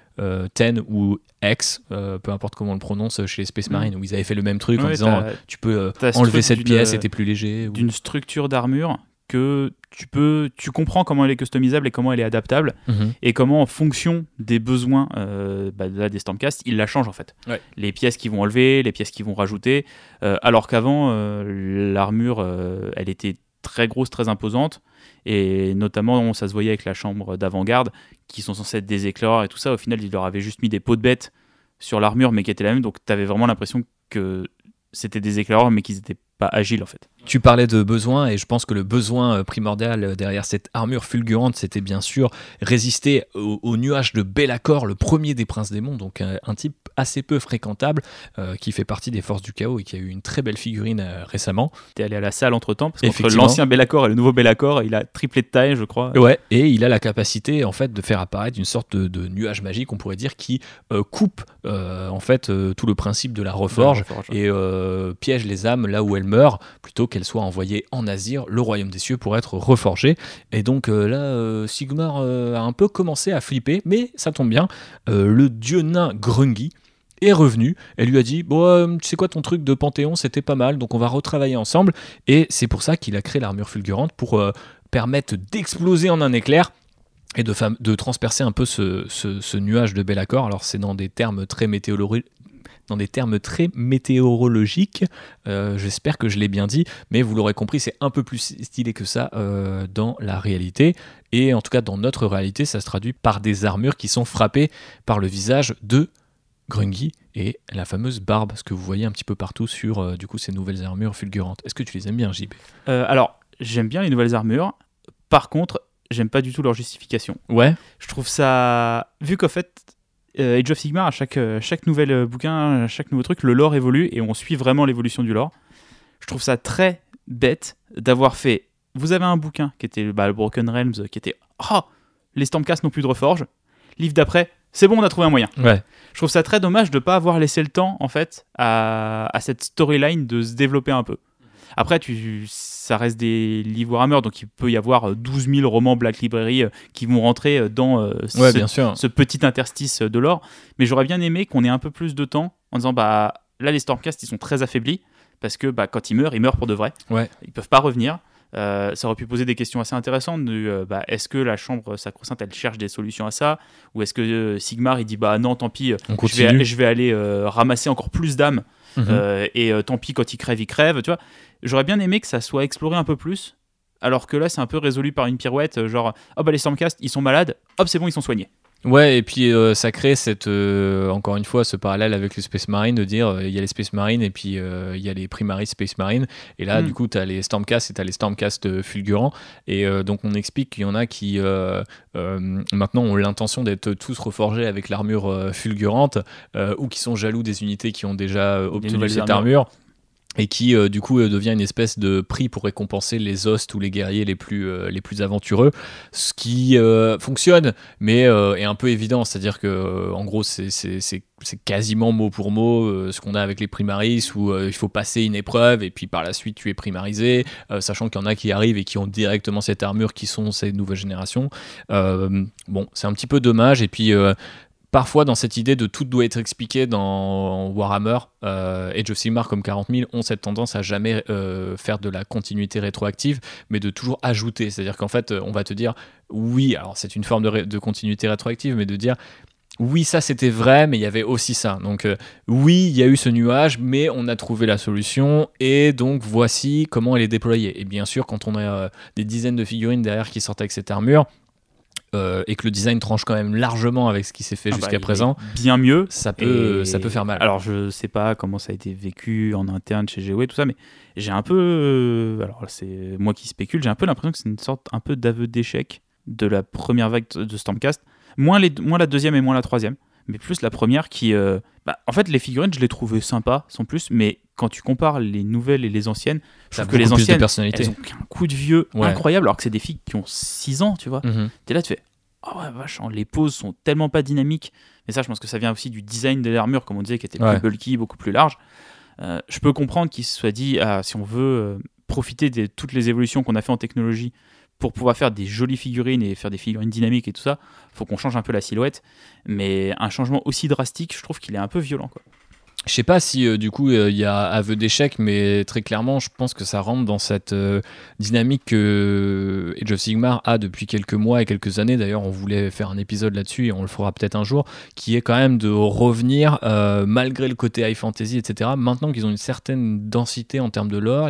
10 ou X, peu importe comment on le prononce, chez les Space Marines, où ils avaient fait le même truc en disant tu peux enlever cette pièce et t'es plus léger. D'une structure d'armure que tu comprends comment elle est customisable et comment elle est adaptable, et comment en fonction des besoins des Stormcast, ils la changent en fait. Ouais. Les pièces qu'ils vont enlever, les pièces qu'ils vont rajouter, alors qu'avant l'armure elle était très grosse, très imposante, et notamment ça se voyait avec la chambre d'avant-garde qui sont censées être des éclairs et tout ça. Au final ils leur avaient juste mis des peaux de bête sur l'armure mais qui étaient la même, donc tu avais vraiment l'impression que c'était des éclaireurs, mais qu'ils n'étaient pas agiles en fait. Tu parlais de besoin, et je pense que le besoin primordial derrière cette armure fulgurante, c'était bien sûr résister au nuage de Be'lakor, le premier des princes démons, donc un type assez peu fréquentable, qui fait partie des forces du chaos et qui a eu une très belle figurine récemment. T'es allé à la salle entre-temps, parce qu'entre l'ancien Be'lakor et le nouveau Be'lakor, il a triplé de taille, je crois. Ouais, et il a la capacité en fait de faire apparaître une sorte de nuage magique, on pourrait dire, qui coupe en fait tout le principe de la reforge, et piège les âmes là où elles meurent, plutôt qu'elles soient envoyées en Azyr, le royaume des cieux, pour être reforgées. Et donc là, Sigmar a un peu commencé à flipper, mais ça tombe bien, le dieu nain Grungi est revenu, elle lui a dit bon, tu sais quoi, ton truc de Panthéon c'était pas mal, donc on va retravailler ensemble, et c'est pour ça qu'il a créé l'armure fulgurante, pour permettre d'exploser en un éclair et de transpercer un peu ce nuage de Be'lakor. Alors c'est dans des termes très météorologiques, j'espère que je l'ai bien dit, mais vous l'aurez compris, c'est un peu plus stylé que ça dans la réalité, et en tout cas dans notre réalité, ça se traduit par des armures qui sont frappées par le visage de Grungi et la fameuse barbe, ce que vous voyez un petit peu partout sur du coup ces nouvelles armures fulgurantes. Est-ce que tu les aimes bien, JB ? Alors, j'aime bien les nouvelles armures, par contre, j'aime pas du tout leur justification. Ouais. Je trouve ça... Vu qu'en fait, Age of Sigmar, à chaque nouvel bouquin, à chaque nouveau truc, le lore évolue et on suit vraiment l'évolution du lore. Je trouve ça très bête d'avoir fait... Vous avez un bouquin qui était le Broken Realms, qui était les Stormcast n'ont plus de reforge. Livre d'après, c'est bon, on a trouvé un moyen. Ouais. Je trouve ça très dommage de ne pas avoir laissé le temps en fait à cette storyline de se développer un peu. Après, ça reste des livres Warhammer, donc il peut y avoir 12 000 romans Black Library qui vont rentrer dans ce petit interstice de lore. Mais j'aurais bien aimé qu'on ait un peu plus de temps en disant là, les Stormcast, ils sont très affaiblis parce que quand ils meurent pour de vrai. Ouais. Ils peuvent pas revenir. Ça aurait pu poser des questions assez intéressantes est-ce que la chambre sacro-sainte elle cherche des solutions à ça, ou est-ce que Sigmar il dit non, tant pis, je vais aller ramasser encore plus d'âmes, et tant pis, quand il crève, tu vois. J'aurais bien aimé que ça soit exploré un peu plus, alors que là c'est un peu résolu par une pirouette, genre les Stormcast ils sont malades, hop c'est bon, ils sont soignés. Ouais, et puis ça crée encore une fois ce parallèle avec les Space Marines, de dire il y a les Space Marines et puis il y a les Primaris Space Marines, et là du coup tu as les Stormcast et tu as les Stormcast fulgurants, et donc on explique qu'il y en a qui maintenant ont l'intention d'être tous reforgés avec l'armure fulgurante, ou qui sont jaloux des unités qui ont déjà obtenu cette armure. Et qui du coup devient une espèce de prix pour récompenser les hosts ou les guerriers les plus aventureux, ce qui fonctionne, mais est un peu évident, c'est-à-dire que en gros c'est quasiment mot pour mot ce qu'on a avec les primaris, où il faut passer une épreuve et puis par la suite tu es primarisé, sachant qu'il y en a qui arrivent et qui ont directement cette armure, qui sont ces nouvelles générations. Bon, c'est un petit peu dommage, et puis parfois, dans cette idée de tout doit être expliqué dans Warhammer, Age of Sigmar comme 40 000 ont cette tendance à jamais faire de la continuité rétroactive, mais de toujours ajouter. C'est-à-dire qu'en fait, on va te dire, oui, alors c'est une forme de continuité rétroactive, mais de dire, oui, ça c'était vrai, mais il y avait aussi ça. Donc oui, il y a eu ce nuage, mais on a trouvé la solution, et donc voici comment elle est déployée. Et bien sûr, quand on a des dizaines de figurines derrière qui sortent avec cette armure, et que le design tranche quand même largement avec ce qui s'est fait jusqu'à présent, bien mieux, ça peut faire mal. Alors je sais pas comment ça a été vécu en interne chez GW, tout ça, mais j'ai un peu, alors c'est moi qui spécule, j'ai un peu l'impression que c'est une sorte un peu d'aveu d'échec de la première vague de Stormcast, moins la deuxième et moins la troisième, mais plus la première qui, en fait les figurines je les trouvais sympas sans plus, mais quand tu compares les nouvelles et les anciennes, je trouve que les anciennes, elles ont un coup de vieux incroyable, alors que c'est des filles qui ont 6 ans, tu vois. T'es là, tu fais, ouais, vache, les poses sont tellement pas dynamiques. Mais ça, je pense que ça vient aussi du design de l'armure, comme on disait, qui était plus bulky, beaucoup plus large. Je peux comprendre qu'il se soit dit, si on veut profiter de toutes les évolutions qu'on a fait en technologie pour pouvoir faire des jolies figurines et faire des figurines dynamiques et tout ça, faut qu'on change un peu la silhouette. Mais un changement aussi drastique, je trouve qu'il est un peu violent, quoi. Je sais pas si du coup il y a aveu d'échec, mais très clairement je pense que ça rentre dans cette dynamique que Age of Sigmar a depuis quelques mois et quelques années. D'ailleurs on voulait faire un épisode là-dessus et on le fera peut-être un jour, qui est quand même de revenir malgré le côté high fantasy, etc. Maintenant qu'ils ont une certaine densité en termes de lore, il y a quand même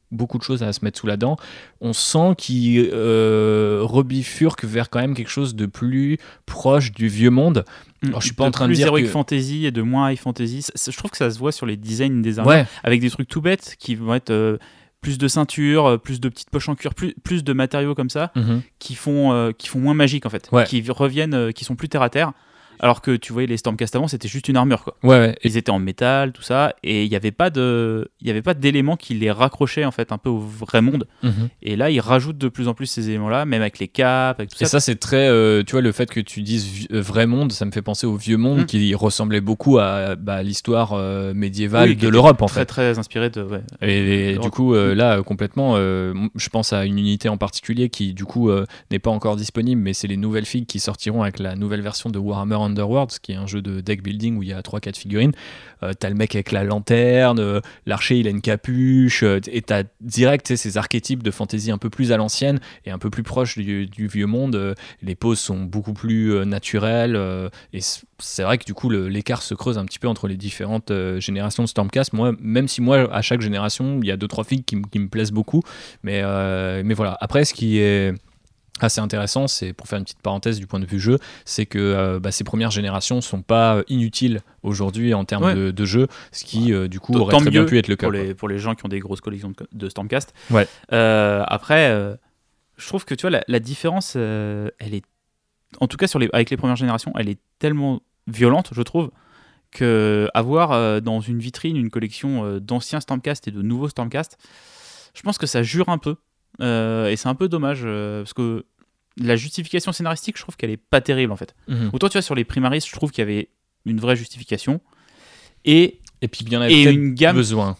beaucoup de choses à se mettre sous la dent. On sent qu'il rebifurque vers quand même quelque chose de plus proche du vieux monde. Alors, je suis pas en train de dire plus Heroic que... Fantasy et de moins High Fantasy. Je trouve que ça se voit sur les designs des armures, avec des trucs tout bêtes qui vont être plus de ceinture, plus de petites poches en cuir, plus de matériaux comme ça, qui font moins magique en fait, qui reviennent, qui sont plus terre à terre. Alors que tu voyais les Stormcast avant, c'était juste une armure quoi. Ils étaient en métal, tout ça, et il y avait pas d'éléments qui les raccrochaient en fait un peu au vrai monde. Et là, ils rajoutent de plus en plus ces éléments-là, même avec les capes, avec tout ça. Et ça, c'est très, tu vois, le fait que tu dises vrai monde, ça me fait penser au vieux monde qui ressemblait beaucoup à l'histoire médiévale de l'Europe en fait. Très inspiré de. Ouais. Et du coup, là, complètement, je pense à une unité en particulier qui, du coup, n'est pas encore disponible, mais c'est les nouvelles figues qui sortiront avec la nouvelle version de Warhammer Underworlds, qui est un jeu de deck building où il y a 3-4 figurines. T'as le mec avec la lanterne, l'archer il a une capuche, et t'as direct ces archétypes de fantasy un peu plus à l'ancienne et un peu plus proche du vieux monde. Les poses sont beaucoup plus naturelles, et c'est vrai que du coup l'écart se creuse un petit peu entre les différentes générations de Stormcast. Même si à chaque génération il y a 2-3 figues qui me plaisent beaucoup, mais voilà. Après, ce qui est assez intéressant, c'est, pour faire une petite parenthèse du point de vue jeu, c'est que ces premières générations sont pas inutiles aujourd'hui en termes de jeu, ce qui du coup aurait très bien pu être le cas pour les gens qui ont des grosses collections de Stormcast. Après, je trouve que tu vois la différence, elle est, en tout cas avec les premières générations, elle est tellement violente, je trouve, que avoir dans une vitrine une collection d'anciens Stormcast et de nouveaux Stormcast, je pense que ça jure un peu. Et c'est un peu dommage parce que la justification scénaristique, je trouve qu'elle est pas terrible en fait. Autant tu vois sur les Primaris, je trouve qu'il y avait une vraie justification et puis bien et une gamme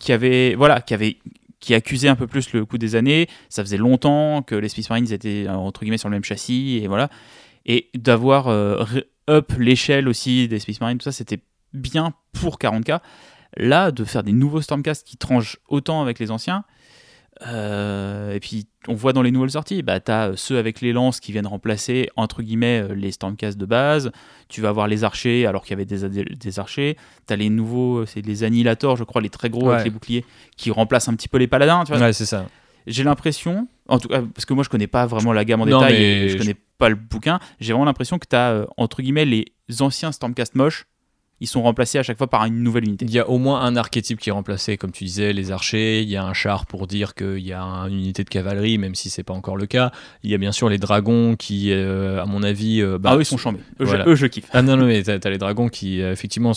qui accusait un peu plus le coup des années. Ça faisait longtemps que les Space Marines étaient entre guillemets sur le même châssis et voilà, et d'avoir up l'échelle aussi des Space Marines, tout ça c'était bien pour 40K. Là, de faire des nouveaux Stormcast qui tranchent autant avec les anciens. Et puis on voit dans les nouvelles sorties, t'as ceux avec les lances qui viennent remplacer entre guillemets les Stormcast de base. Tu vas avoir les archers alors qu'il y avait des archers. T'as les nouveaux, c'est les annihilators, je crois, les très gros avec les boucliers qui remplacent un petit peu les paladins. Tu vois. Ouais, c'est ça. J'ai l'impression, en tout cas, parce que moi je connais pas vraiment la gamme en détail et je connais pas le bouquin, j'ai vraiment l'impression que t'as entre guillemets les anciens Stormcast moches. Ils sont remplacés à chaque fois par une nouvelle unité. Il y a au moins un archétype qui est remplacé, comme tu disais, les archers. Il y a un char pour dire qu'il y a une unité de cavalerie, même si c'est pas encore le cas. Il y a bien sûr les dragons qui, à mon avis... eux, ils sont chambés. Voilà. Eux, je kiffe. Ah non, mais t'as les dragons qui, effectivement,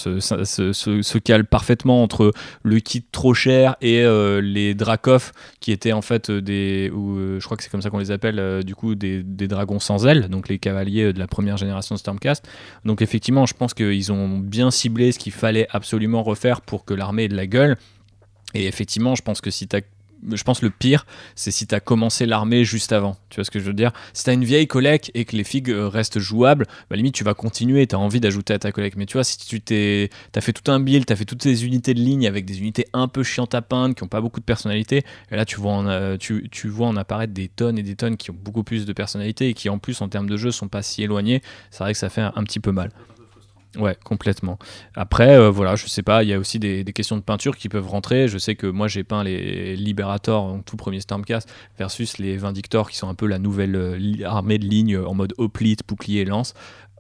se calent parfaitement entre le kit trop cher et les Dracoff, qui étaient en fait je crois que c'est comme ça qu'on les appelle, du coup, des dragons sans ailes, donc les cavaliers de la première génération de Stormcast. Donc effectivement, je pense qu'ils ont bien ciblé ce qu'il fallait absolument refaire pour que l'armée ait de la gueule. Et effectivement, je pense le pire, c'est si t'as commencé l'armée juste avant. Tu vois ce que je veux dire ? Si t'as une vieille collecte et que les figues restent jouables, limite tu vas continuer, t'as envie d'ajouter à ta collecte. Mais tu vois, si t'as fait tout un build, t'as fait toutes ces unités de ligne avec des unités un peu chiantes à peindre, qui ont pas beaucoup de personnalité, et là tu vois en apparaître des tonnes et des tonnes qui ont beaucoup plus de personnalité et qui en plus en termes de jeu sont pas si éloignés. C'est vrai que ça fait un petit peu mal. Ouais, complètement. Après, voilà, je sais pas, il y a aussi des questions de peinture qui peuvent rentrer. Je sais que moi j'ai peint les Liberator, donc tout premier Stormcast, versus les Vindictor qui sont un peu la nouvelle armée de ligne en mode hoplite, bouclier et lance.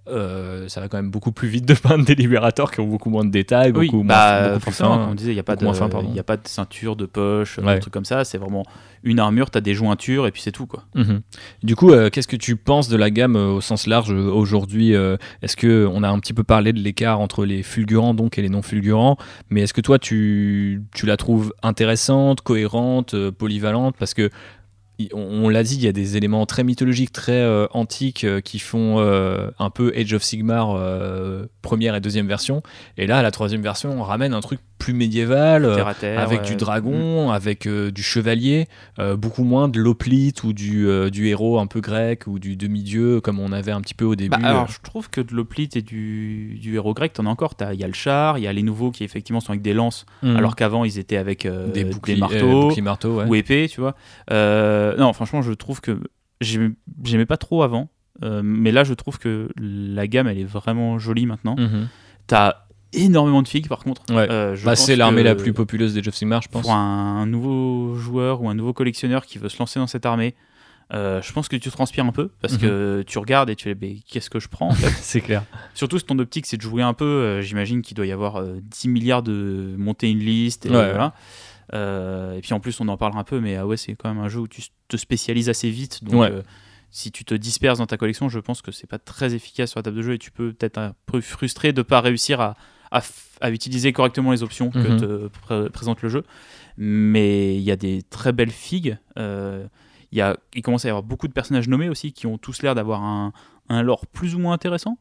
Ça va quand même beaucoup plus vite de peindre des Libérators qui ont beaucoup moins de détails, beaucoup plus fins. Comme on disait, il n'y a pas de ceinture, de poche, des trucs comme ça. C'est vraiment une armure, tu as des jointures et puis c'est tout, quoi. Du coup, qu'est-ce que tu penses de la gamme au sens large aujourd'hui ? Est-ce qu'on a un petit peu parlé de l'écart entre les fulgurants donc, et les non fulgurants, mais est-ce que toi tu la trouves intéressante, cohérente, polyvalente ? Parce que on l'a dit, il y a des éléments très mythologiques, très antiques qui font un peu Age of Sigmar première et deuxième version. Et là, à la troisième version, on ramène un truc plus médiéval, avec du dragon, avec du chevalier, beaucoup moins de l'hoplite ou du héros un peu grec ou du demi-dieu comme on avait un petit peu au début. Alors, je trouve que de l'hoplite et du héros grec, t'en as encore. Il y a le char, il y a les nouveaux qui effectivement sont avec des lances, alors qu'avant ils étaient avec des marteaux, ou épées, tu vois. Non, franchement, je trouve que j'aimais pas trop avant, mais là, je trouve que la gamme, elle est vraiment jolie maintenant. T'as énormément de figues, par contre. C'est l'armée la plus populeuse des Age of Sigmar, je pense. Pour un nouveau joueur ou un nouveau collectionneur qui veut se lancer dans cette armée, je pense que tu transpires un peu parce que tu regardes et tu fais qu'est-ce que je prends en fait. C'est clair. Surtout si ton optique c'est de jouer un peu, j'imagine qu'il doit y avoir 10 milliards de monter une liste et voilà. Et puis en plus on en parlera un peu, mais c'est quand même un jeu où tu te spécialises assez vite, donc si tu te disperses dans ta collection, je pense que c'est pas très efficace sur la table de jeu et tu peux peut-être un peu frustré de pas réussir à utiliser correctement les options que te présente le jeu. Mais il y a des très belles figues. Il commence à y avoir beaucoup de personnages nommés aussi qui ont tous l'air d'avoir un lore plus ou moins intéressant.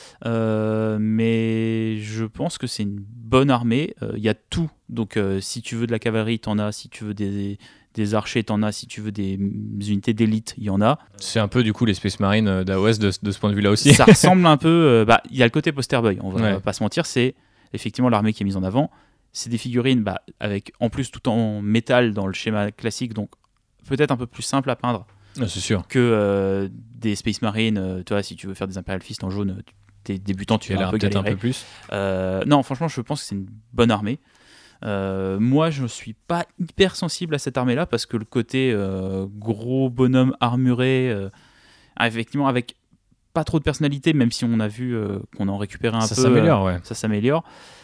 Mais je pense que c'est une bonne armée. Il y a tout. Donc si tu veux de la cavalerie, t'en as. Si tu veux des archers, t'en as. Si tu veux des unités d'élite, il y en a. C'est un peu du coup les Space Marines d'AOS de ce point de vue-là aussi. Ça ressemble un peu. Il y a le côté poster boy, on va pas se mentir. C'est effectivement l'armée qui est mise en avant. C'est des figurines avec en plus tout en métal dans le schéma classique, donc peut-être un peu plus simple à peindre c'est sûr. que des Space Marines. Toi, si tu veux faire des Imperial Fist en jaune, t'es débutant, tu vas un peu peut-être galérer. un peu plus. Non, franchement, je pense que c'est une bonne armée. Moi, je ne suis pas hyper sensible à cette armée-là parce que le côté gros bonhomme armuré, effectivement, avec pas trop de personnalité, même si on a vu qu'on en récupérait un peu. Ça s'améliore, Ça s'améliore.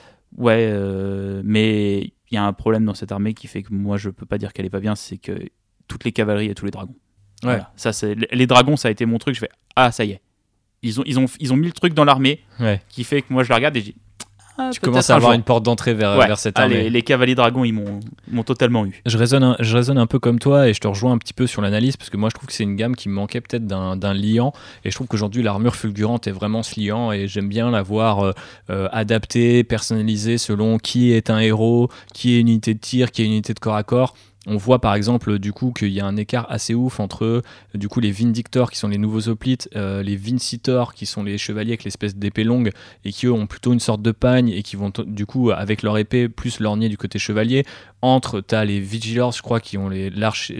Mais il y a un problème dans cette armée qui fait que moi, je peux pas dire qu'elle est pas bien, c'est que toutes les cavaleries et tous les dragons. Voilà. Ça, les dragons, ça a été mon truc. Je fais ça y est. Ils ont mis le truc dans l'armée qui fait que moi, je la regarde et je dis. Tu commences à avoir une porte d'entrée vers cette armée. Les cavaliers dragons, ils m'ont totalement eu. Je raisonne un peu comme toi et je te rejoins un petit peu sur l'analyse parce que moi je trouve que c'est une gamme qui me manquait peut-être d'un liant et je trouve qu'aujourd'hui l'armure fulgurante est vraiment ce liant et j'aime bien la voir adaptée, personnalisée selon qui est un héros, qui est une unité de tir, qui est une unité de corps à corps. On voit par exemple du coup qu'il y a un écart assez ouf entre du coup les Vindictors qui sont les nouveaux hoplites, les Vincitors qui sont les chevaliers avec l'espèce d'épée longue et qui eux ont plutôt une sorte de pagne et qui vont du coup avec leur épée plus lorgner du côté chevalier. Entre t'as les Vigilors je crois qui ont l'arc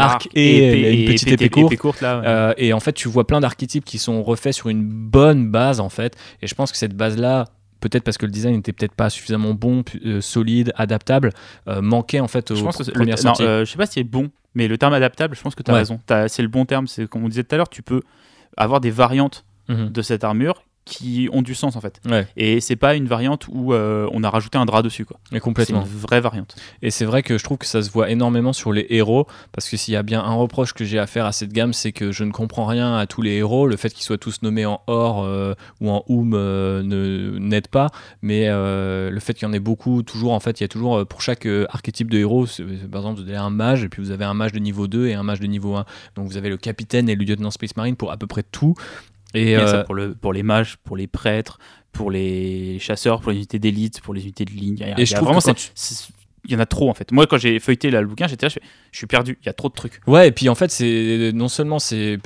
et une petite épée courte là, et en fait tu vois plein d'archétypes qui sont refaits sur une bonne base en fait et je pense que cette base là peut-être parce que le design n'était peut-être pas suffisamment bon, solide, adaptable, manquait en fait aux premières sorties. Je sais pas si c'est bon, mais le terme adaptable, je pense que tu as raison. C'est le bon terme. C'est comme on disait tout à l'heure, tu peux avoir des variantes de cette armure qui ont du sens en fait. Et c'est pas une variante où on a rajouté un drap dessus quoi. Mais complètement. C'est une vraie variante. Et c'est vrai que je trouve que ça se voit énormément sur les héros parce que s'il y a bien un reproche que j'ai à faire à cette gamme, c'est que je ne comprends rien à tous les héros. Le fait qu'ils soient tous nommés en or ou en n'aide pas, mais le fait qu'il y en ait beaucoup, toujours en fait, il y a toujours pour chaque archétype de héros, par exemple vous avez un mage et puis vous avez un mage de niveau 2 et un mage de niveau 1. Donc vous avez le capitaine et le lieutenant Space Marine pour à peu près tout. Et ça pour les mages, pour les prêtres, pour les chasseurs, pour les unités d'élite, pour les unités de ligne. Et je trouve vraiment il y en a trop en fait. Moi quand j'ai feuilleté le bouquin, j'étais là, je suis perdu, il y a trop de trucs. Ouais, et puis en fait, non seulement c'est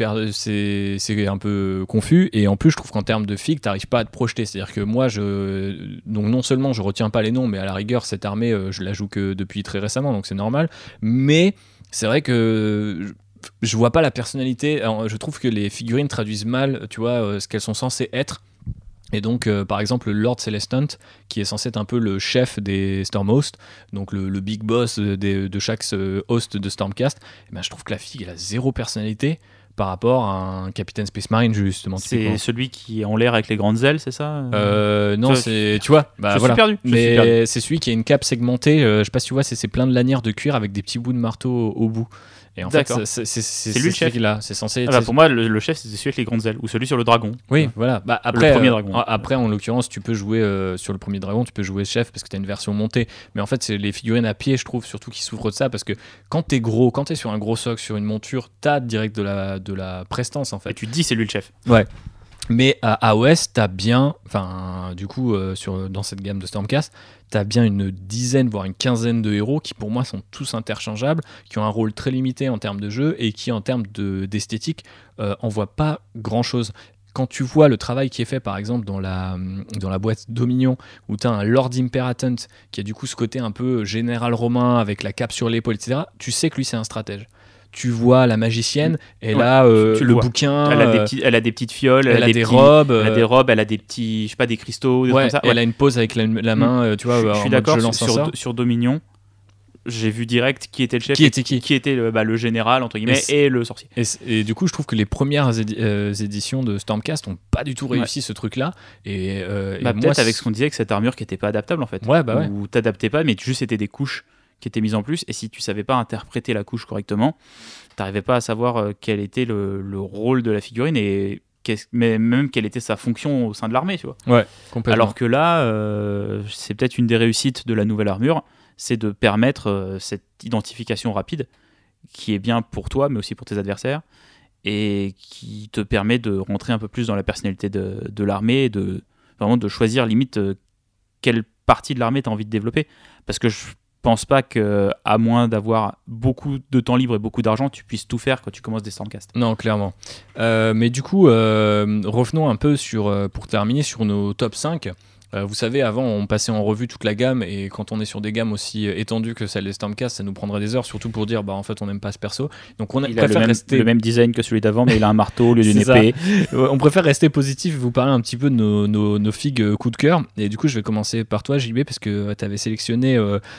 un peu confus, et en plus je trouve qu'en termes de figues, t'arrives pas à te projeter. C'est-à-dire que moi, donc non seulement je retiens pas les noms, mais à la rigueur, cette armée, je la joue que depuis très récemment, donc c'est normal. Mais c'est vrai que je vois pas la personnalité. Alors, je trouve que les figurines traduisent mal, tu vois, ce qu'elles sont censées être. Et donc, par exemple, le Lord Celestant, qui est censé être un peu le chef des Stormhost, donc le big boss de chaque host de Stormcast, je trouve que la figue, elle a zéro personnalité par rapport à un capitaine Space Marine, justement. C'est celui qui est en l'air avec les grandes ailes, c'est ça Non, c'est... Tu vois, je suis perdu. Mais c'est celui qui a une cape segmentée, je sais pas si tu vois, c'est plein de lanières de cuir avec des petits bouts de marteau au bout. Et en fait, c'est lui le chef là. C'est censé être... pour moi, le chef, c'est celui avec les grandes ailes ou celui sur le dragon. Oui, voilà. Après, le premier dragon. Après, en l'occurrence, tu peux jouer sur le premier dragon, tu peux jouer chef parce que tu as une version montée. Mais en fait, c'est les figurines à pied, je trouve, surtout qui souffrent de ça parce que quand t'es gros, quand t'es sur un gros socle, sur une monture, t'as direct de la prestance en fait. Et tu te dis, c'est lui le chef. Ouais. Mais à AOS, t'as bien, du coup, dans cette gamme de Stormcast, t'as bien une dizaine, voire une quinzaine de héros qui, pour moi, sont tous interchangeables, qui ont un rôle très limité en termes de jeu et qui, en termes d'esthétique, envoient pas grand-chose. Quand tu vois le travail qui est fait, par exemple, dans la boîte Dominion, où tu as un Lord Imperatant qui a du coup ce côté un peu général romain avec la cape sur l'épaule, etc., tu sais que lui, c'est un stratège. Tu vois la magicienne, elle a le bouquin. Elle a des petites fioles, elle a des robes. Elle a des robes, elle a des petits, je sais pas, des cristaux, des trucs comme ça. Elle a une pose avec la main, tu vois. Je suis d'accord sur Dominion. j'ai vu direct qui était le chef, Qui était qui qui était le général entre guillemets et le sorcier. Et du coup, je trouve que les premières éditions de Stormcast ont pas du tout réussi ce truc-là. Et peut-être avec ce qu'on disait, que cette armure qui était pas adaptable en fait. Ouais, bah ouais. Où t'adaptais pas, mais juste c'était des couches qui étaient mises en plus. Et si tu savais pas interpréter la couche correctement, t'arrivais pas à savoir quel était le rôle de la figurine et mais même quelle était sa fonction au sein de l'armée, tu vois. Ouais, complètement. Alors que là, c'est peut-être une des réussites de la nouvelle armure, c'est de permettre cette identification rapide qui est bien pour toi, mais aussi pour tes adversaires, et qui te permet de rentrer un peu plus dans la personnalité de l'armée, et vraiment de choisir limite quelle partie de l'armée tu as envie de développer. Parce que je pense pas qu'à moins d'avoir beaucoup de temps libre et beaucoup d'argent, tu puisses tout faire quand tu commences des Stormcast. Non, clairement. Mais du coup, revenons un peu pour terminer sur nos top 5. Vous savez, avant, on passait en revue toute la gamme, et quand on est sur des gammes aussi étendues que celle des Stormcast, ça nous prendrait des heures, surtout pour dire, en fait, on n'aime pas ce perso. Donc, Il a le même design que celui d'avant, mais il a un marteau au lieu d'une épée. On préfère rester positif et vous parler un petit peu de nos figues coup de cœur. Et du coup, je vais commencer par toi, JB, parce que tu avais sélectionné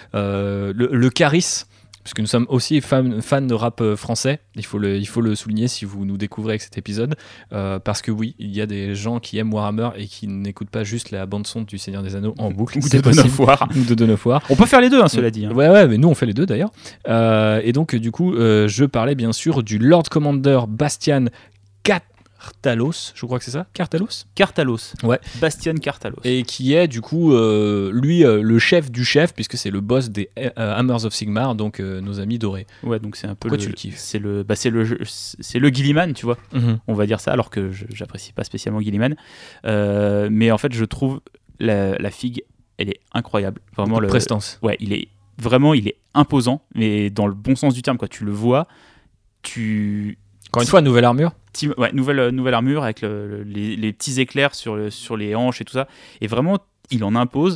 le Caris. Parce que nous sommes aussi fans de rap français, il faut le souligner si vous nous découvrez avec cet épisode, parce que oui, il y a des gens qui aiment Warhammer et qui n'écoutent pas juste la bande-son du Seigneur des Anneaux en boucle. Ou de Dawn of War. Ou de Dawn of War. On peut faire les deux, cela dit. Ouais, mais nous on fait les deux d'ailleurs. Et donc du coup, je parlais bien sûr du Lord Commander Bastian Cartalos, je crois que c'est ça, Cartalos. Ouais. Bastian Cartalos. Et qui est du coup, lui, le chef du chef, puisque c'est le boss des Hammers of Sigmar, donc nos amis dorés. Ouais, donc c'est un peu. Pourquoi tu le kiffes ? C'est le Gilliman, tu vois. On va dire ça, alors que j'apprécie pas spécialement Gilliman. Mais en fait, je trouve la figue, elle est incroyable. Vraiment le prestance. Ouais, il est imposant, mais dans le bon sens du terme, quoi. Tu le vois, Encore une fois, nouvelle armure. Ouais, nouvelle armure avec les petits éclairs sur les hanches et tout ça. Et vraiment, il en impose.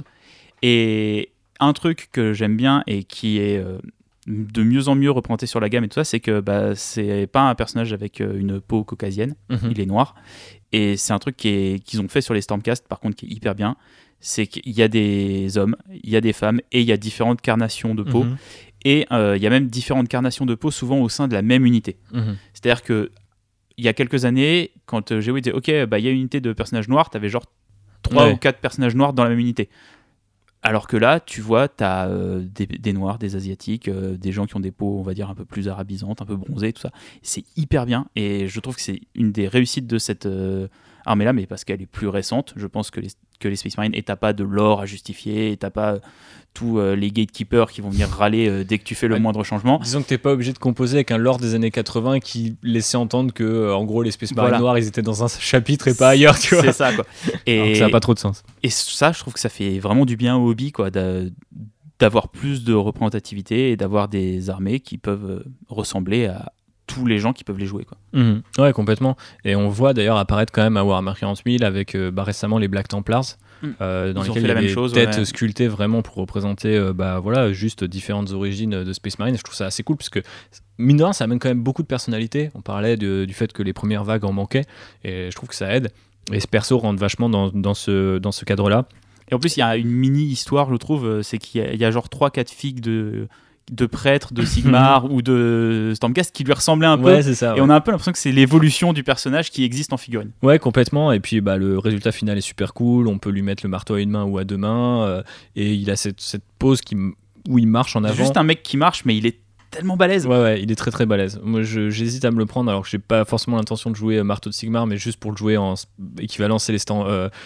Et un truc que j'aime bien et qui est de mieux en mieux représenté sur la gamme et tout ça, c'est que c'est pas un personnage avec une peau caucasienne. Il est noir. Et c'est un truc qu'ils ont fait sur les Stormcast, par contre, qui est hyper bien. C'est qu'il y a des hommes, il y a des femmes et il y a différentes carnations de peau. Et il y a même différentes carnations de peau, souvent au sein de la même unité. C'est-à-dire que il y a quelques années, quand GW disait ok, il y a une unité de personnages noirs, t'avais genre 3 ou 4 personnages noirs dans la même unité. Alors que là, tu vois, t'as des noirs, des asiatiques, des gens qui ont des peaux, on va dire, un peu plus arabisantes, un peu bronzées, tout ça. C'est hyper bien, et je trouve que c'est une des réussites de cette armée-là, mais parce qu'elle est plus récente. Je pense que les Space Marines, et t'as pas de lore à justifier, et t'as pas tous les gatekeepers qui vont venir râler dès que tu fais le moindre changement. Disons que t'es pas obligé de composer avec un lore des années 80 qui laissait entendre que, en gros, les Space Marines noirs, ils étaient dans un chapitre et pas ailleurs, tu vois. C'est ça, quoi. Et ça n'a pas trop de sens. Et ça, je trouve que ça fait vraiment du bien au hobby, quoi, d'avoir plus de représentativité et d'avoir des armées qui peuvent ressembler à tous les gens qui peuvent les jouer, quoi. Ouais, complètement. Et on voit d'ailleurs apparaître quand même à Warhammer 40 000 avec récemment les Black Templars, dans lesquels il y a des têtes sculptées vraiment pour représenter juste différentes origines de Space Marine. Je trouve ça assez cool parce que mine de rien, ça amène quand même beaucoup de personnalité. On parlait du fait que les premières vagues en manquaient, et je trouve que ça aide. Et ce perso rentre vachement dans ce cadre-là. Et en plus, il y a une mini-histoire, je trouve, c'est qu'il y a genre 3-4 figues de prêtres de Sigmar ou de Stormcast qui lui ressemblaient un peu. Ouais, c'est ça, et on a un peu l'impression que c'est l'évolution du personnage qui existe en figurine. Ouais, complètement. Et puis le résultat final est super cool. On peut lui mettre le marteau à une main ou à deux mains. Et il a cette pose où il marche en avant. C'est juste un mec qui marche, mais il est tellement balèze. Ouais, il est très très balèze. Moi, j'hésite à me le prendre alors que j'ai pas forcément l'intention de jouer Marteau de Sigmar, mais juste pour le jouer en équivalent Célestin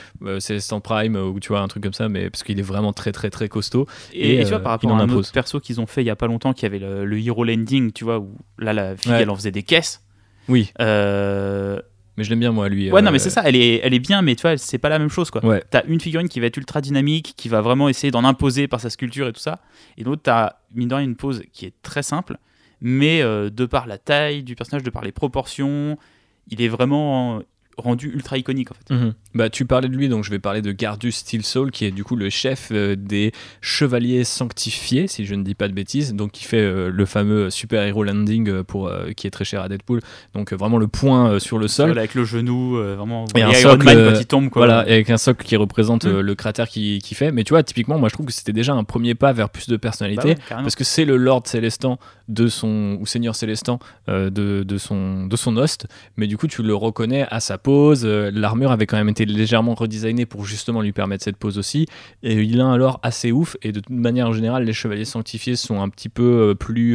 Prime ou tu vois un truc comme ça, mais parce qu'il est vraiment très très très costaud. Et tu vois, par rapport à un autre perso qu'ils ont fait il y a pas longtemps, qui avait le Hero Landing, tu vois, où là la fille elle en faisait des caisses. Oui. Mais je l'aime bien, moi, lui. Ouais, non, mais c'est ça, elle est bien, mais tu vois, c'est pas la même chose, quoi. Ouais. T'as une figurine qui va être ultra dynamique, qui va vraiment essayer d'en imposer par sa sculpture et tout ça, et l'autre, t'as, mine de rien, une pose qui est très simple, mais de par la taille du personnage, de par les proportions, il est vraiment rendu ultra iconique, en fait. Bah, tu parlais de lui, donc je vais parler de Gardus Steelsoul, qui est du coup le chef des chevaliers sanctifiés, si je ne dis pas de bêtises, donc qui fait le fameux super hero landing qui est très cher à Deadpool, donc vraiment le point sur le sol. Avec le genou, vraiment. Et un Iron socle, Man quand il tombe, quoi. Voilà, avec un socle qui représente le cratère qu'il fait. Mais tu vois, typiquement, moi je trouve que c'était déjà un premier pas vers plus de personnalité, parce que c'est le Lord Célestin ou Seigneur Célestin de son host, mais du coup tu le reconnais à sa pose. L'armure avait quand même été légèrement redesignée pour justement lui permettre cette pose aussi, et il a alors assez ouf. Et de toute manière générale, les chevaliers sanctifiés sont un petit peu plus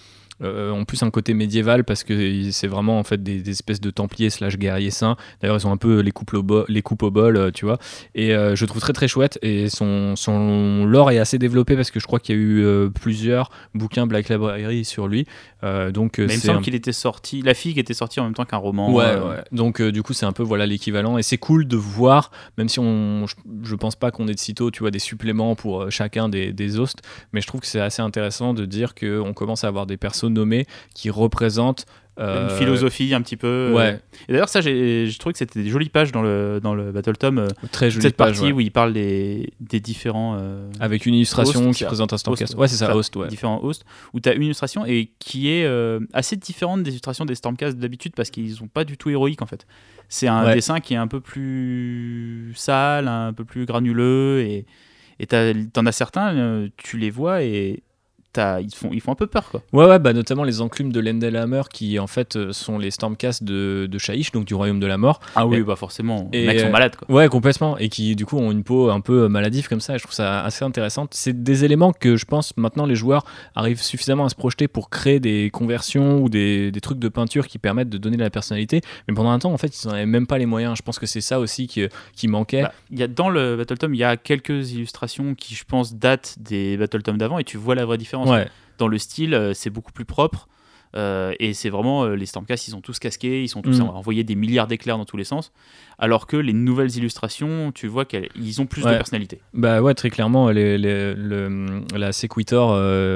ont plus un côté médiéval, parce que c'est vraiment en fait des espèces de templiers / guerriers saints. D'ailleurs, ils ont un peu les coupes au bol, tu vois. Et je trouve très très chouette. Et son lore est assez développé, parce que je crois qu'il y a eu plusieurs bouquins Black Library sur lui. Donc, mais il me semble qu'il était sorti, la fille qui était sortie en même temps qu'un roman. Ouais. Donc du coup, c'est un peu l'équivalent. Et c'est cool de voir, même si je pense pas qu'on ait de sitôt, tu vois, des suppléments pour chacun des hosts, mais je trouve que c'est assez intéressant de dire qu'on commence à avoir des persos nommés qui représentent une philosophie un petit peu. Ouais. Et d'ailleurs, ça, j'ai trouvé que c'était des jolies pages dans le Battle Tome. Très jolie cette page, partie où il parle des différents. Avec une illustration hosts, qui présente un Stormcast. Host, ouais, c'est ça, host, ouais. Différents hosts, où tu as une illustration et qui est assez différente des illustrations des Stormcast d'habitude, parce qu'ils sont pas du tout héroïques en fait. C'est un dessin qui est un peu plus sale, un peu plus granuleux, et t'en as certains, tu les vois et ils font un peu peur, quoi. Ouais, bah notamment les enclumes de Lendelhammer, qui en fait sont les Stormcast de Shaiish, donc du royaume de la mort. Ah oui, bah forcément, les mecs sont malades, quoi. Ouais, complètement, et qui du coup ont une peau un peu maladive comme ça, et je trouve ça assez intéressant. C'est des éléments que je pense maintenant les joueurs arrivent suffisamment à se projeter pour créer des conversions ou des trucs de peinture qui permettent de donner de la personnalité, mais pendant un temps en fait ils n'en avaient même pas les moyens. Je pense que c'est ça aussi qui manquait. Dans le Battle Tome, il y a quelques illustrations qui, je pense, datent des Battle Tome d'avant, et tu vois la vraie différence. Ouais. Dans le style, c'est beaucoup plus propre, et c'est vraiment les Stormcast, ils sont tous casqués, ils sont tous envoyés des milliards d'éclairs dans tous les sens, alors que les nouvelles illustrations, tu vois qu'ils ont plus de personnalité. Bah ouais, très clairement, la Sequitor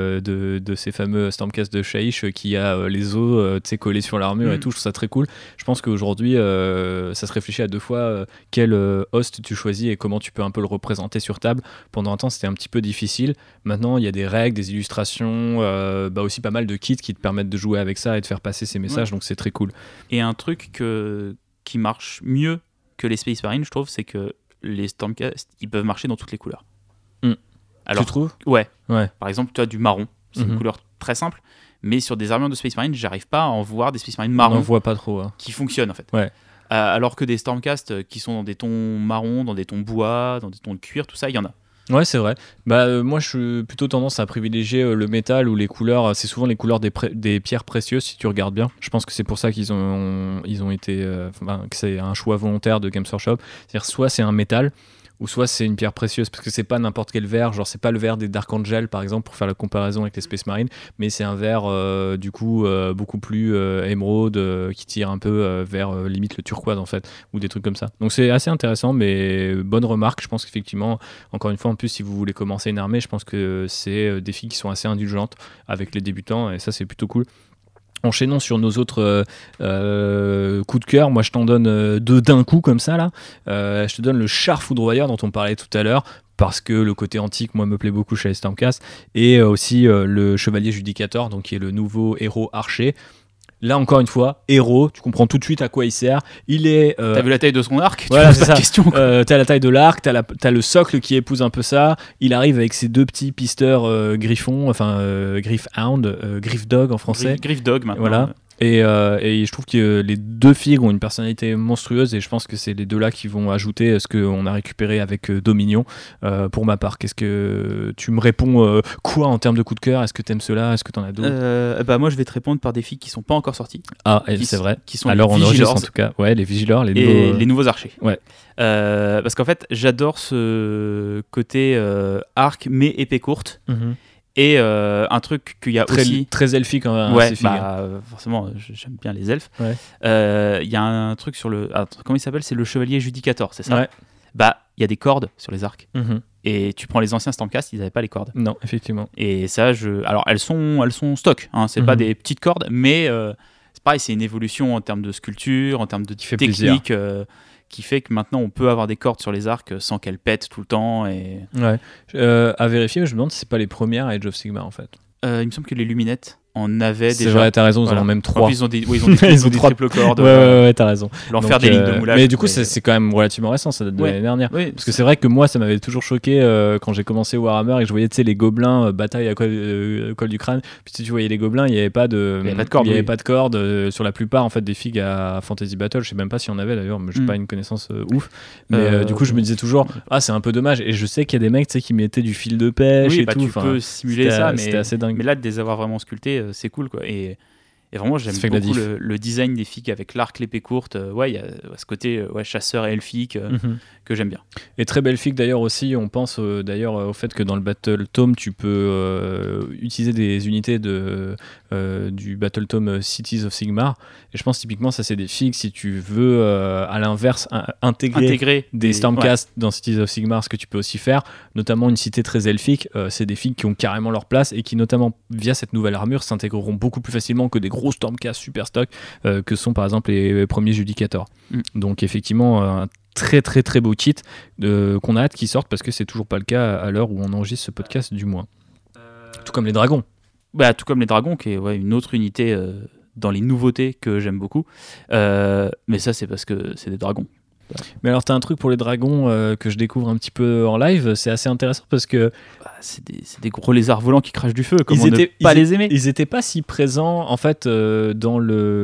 de ces fameux Stormcast de Shaiish qui a les os collés sur l'armure et tout, je trouve ça très cool. Je pense qu'aujourd'hui, ça se réfléchit à deux fois quel host tu choisis et comment tu peux un peu le représenter sur table. Pendant un temps, c'était un petit peu difficile. Maintenant, il y a des règles, des illustrations, aussi pas mal de kits qui te permettent de jouer avec ça et de faire passer ces messages, donc c'est très cool. Et un truc qui marche mieux que les Space Marines, je trouve, c'est que les Stormcast, ils peuvent marcher dans toutes les couleurs. Alors, tu trouves ? Ouais. Par exemple, tu as du marron, c'est une couleur très simple, mais sur des armures de Space Marine, j'arrive pas à en voir des Space Marine marron. On n'en voit pas trop. Qui fonctionnent en fait. Ouais. Alors que des Stormcast qui sont dans des tons marron, dans des tons bois, dans des tons de cuir, tout ça, il y en a. Ouais, c'est vrai. Moi, je suis plutôt tendance à privilégier le métal ou les couleurs. C'est souvent les couleurs des pierres précieuses, si tu regardes bien. Je pense que c'est pour ça qu'ils ont été, que c'est un choix volontaire de Games Workshop. C'est-à-dire, soit c'est un métal, ou soit c'est une pierre précieuse, parce que c'est pas n'importe quel verre, genre c'est pas le verre des Dark Angel par exemple, pour faire la comparaison avec les Space Marines, mais c'est un verre beaucoup plus émeraude, qui tire un peu vers limite le turquoise en fait, ou des trucs comme ça. Donc c'est assez intéressant, mais bonne remarque. Je pense qu'effectivement, encore une fois, en plus, si vous voulez commencer une armée, je pense que c'est des filles qui sont assez indulgentes avec les débutants, et ça c'est plutôt cool. Enchaînons sur nos autres coups de cœur. Moi, je t'en donne deux d'un coup comme ça là. Je te donne le char foudroyeur dont on parlait tout à l'heure, parce que le côté antique, moi, me plaît beaucoup chez les Stormcast, et aussi le chevalier judicator, donc qui est le nouveau héros archer. Là encore une fois, héros, tu comprends tout de suite à quoi il sert. Il est. T'as vu la taille de son arc ? Voilà, c'est ça. Question, t'as la taille de l'arc, t'as le socle qui épouse un peu ça. Il arrive avec ses deux petits pisteurs griffons, Griffhound, Griffdog en français. Griffdog maintenant. Voilà. Et je trouve que les deux figues ont une personnalité monstrueuse, et je pense que c'est les deux là qui vont ajouter ce qu'on a récupéré avec Dominion. Pour ma part, qu'est-ce que tu me réponds quoi en termes de coup de cœur ? Est-ce que t'aimes cela ? Est-ce que t'en as d'autres ? Moi je vais te répondre par des figues qui sont pas encore sorties. Ah, c'est vrai. Qui sont alors les on enregistre Vigilors. En tout cas. Ouais, les Vigilors, les nouveaux archers. Ouais. Parce qu'en fait j'adore ce côté arc mais épée courte. Et un truc qu'il y a aussi très elfique en ouais, forcément j'aime bien les elfes. Il y a un truc sur le comment il s'appelle, c'est le chevalier judicator, c'est ça? Ouais. Il y a des cordes sur les arcs. Et tu prends les anciens Stormcast, ils n'avaient pas les cordes. Non, effectivement. Et ça, alors elles sont stock, hein, c'est pas des petites cordes, mais c'est pareil, c'est une évolution en termes de sculpture, en termes de technique qui fait que maintenant on peut avoir des cordes sur les arcs sans qu'elles pètent tout le temps. Et... Ouais. À vérifier, je me demande si c'est pas les premières Age of Sigmar en fait. Il me semble que les luminettes en avaient déjà. C'est vrai, t'as raison, ils Voilà. en ont même En 3. plus, ils ont des triples cordes. Ouais, t'as raison. L'enfer Donc, des lignes de moulage. Mais du coup, c'est quand même relativement récent, ça date de Ouais. l'année dernière. Oui, Parce que c'est vrai que moi, ça m'avait toujours choqué quand j'ai commencé Warhammer et que je voyais les gobelins bataille à col du crâne. Puis si tu voyais les gobelins, il n'y avait pas de corde. Il y avait pas de corde sur la plupart en fait des figues à Fantasy Battle. Je sais même pas si on avait d'ailleurs, mais j'ai pas une connaissance ouf. Mais du coup, je me disais toujours, c'est un peu dommage. Et je sais qu'il y a des mecs qui mettaient du fil de pêche et tout. Tu peux simuler ça, mais c'était assez dingue. Mais là, de les avoir vraiment sculptés, c'est cool, quoi. Et vraiment, j'aime beaucoup le design des figues avec l'arc, l'épée courte. Il y a ce côté chasseur elfique que j'aime bien. Et très belle figue d'ailleurs aussi. On pense d'ailleurs au fait que dans le Battle Tome, tu peux utiliser des unités du Battle Tome Cities of Sigmar. Et je pense typiquement, ça c'est des figues si tu veux à l'inverse intégrer des Stormcast dans Cities of Sigmar, ce que tu peux aussi faire. Notamment une cité très elfique. C'est des figues qui ont carrément leur place et qui notamment via cette nouvelle armure s'intégreront beaucoup plus facilement que des gros Stormcast super stock que sont par exemple les premiers Judicators. Donc effectivement un très très très beau kit qu'on a hâte qu'il sorte parce que c'est toujours pas le cas à l'heure où on enregistre ce podcast du moins. Tout comme les dragons. Tout comme les dragons qui est une autre unité dans les nouveautés que j'aime beaucoup. Mais ça c'est parce que c'est des dragons. Mais alors t'as un truc pour les dragons que je découvre un petit peu en live, c'est assez intéressant parce que c'est des gros lézards volants qui crachent du feu, comment ne pas les aimer. Ils étaient pas si présents en fait dans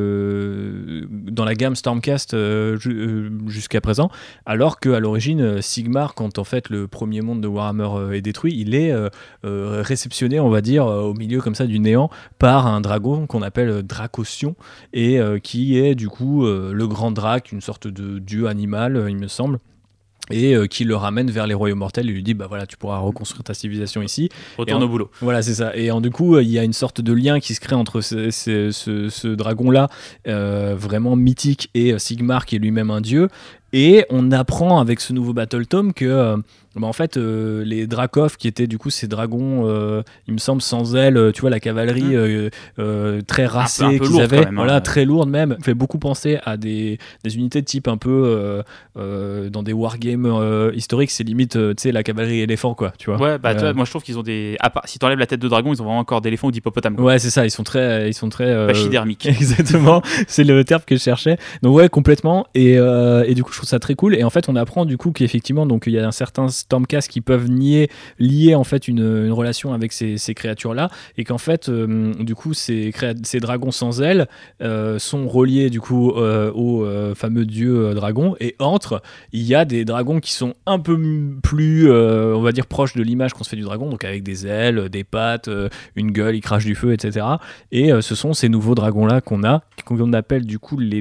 la gamme Stormcast jusqu'à présent, alors qu'à l'origine Sigmar, quand en fait le premier monde de Warhammer est détruit, il est réceptionné on va dire au milieu comme ça du néant par un dragon qu'on appelle Dracosion et qui est du coup le grand drac, une sorte de dieu animal il me semble, et qui le ramène vers les royaumes mortels et lui dit voilà, tu pourras reconstruire ta civilisation ici, retourne au boulot. Voilà, c'est ça. Et du coup il y a une sorte de lien qui se crée entre ce dragon là vraiment mythique et Sigmar qui est lui-même un dieu. Et on apprend avec ce nouveau Battle Tome que en fait les Drakov qui étaient du coup ces dragons il me semble sans ailes, tu vois la cavalerie très racée qu'ils avaient, même, voilà, très lourde même, fait beaucoup penser à des unités de type un peu dans des wargames historiques, c'est limite tu sais la cavalerie éléphant quoi, tu vois. Ouais, moi je trouve qu'ils ont des si t'enlèves la tête de dragon, ils ont vraiment encore d'éléphant ou d'hippopotame quoi. Ouais, c'est ça, ils sont très pachydermiques. Exactement, c'est le terme que je cherchais. Donc ouais, complètement, et du coup je trouve ça très cool. Et en fait on apprend du coup qu'effectivement donc il y a un certain Stormcast qui peuvent lier en fait une relation avec ces créatures là, et qu'en fait du coup ces dragons sans ailes sont reliés du coup au fameux dieu dragon, et entre il y a des dragons qui sont un peu plus on va dire proches de l'image qu'on se fait du dragon, donc avec des ailes, des pattes, une gueule, il crache du feu, etc. Et ce sont ces nouveaux dragons là qu'on appelle du coup les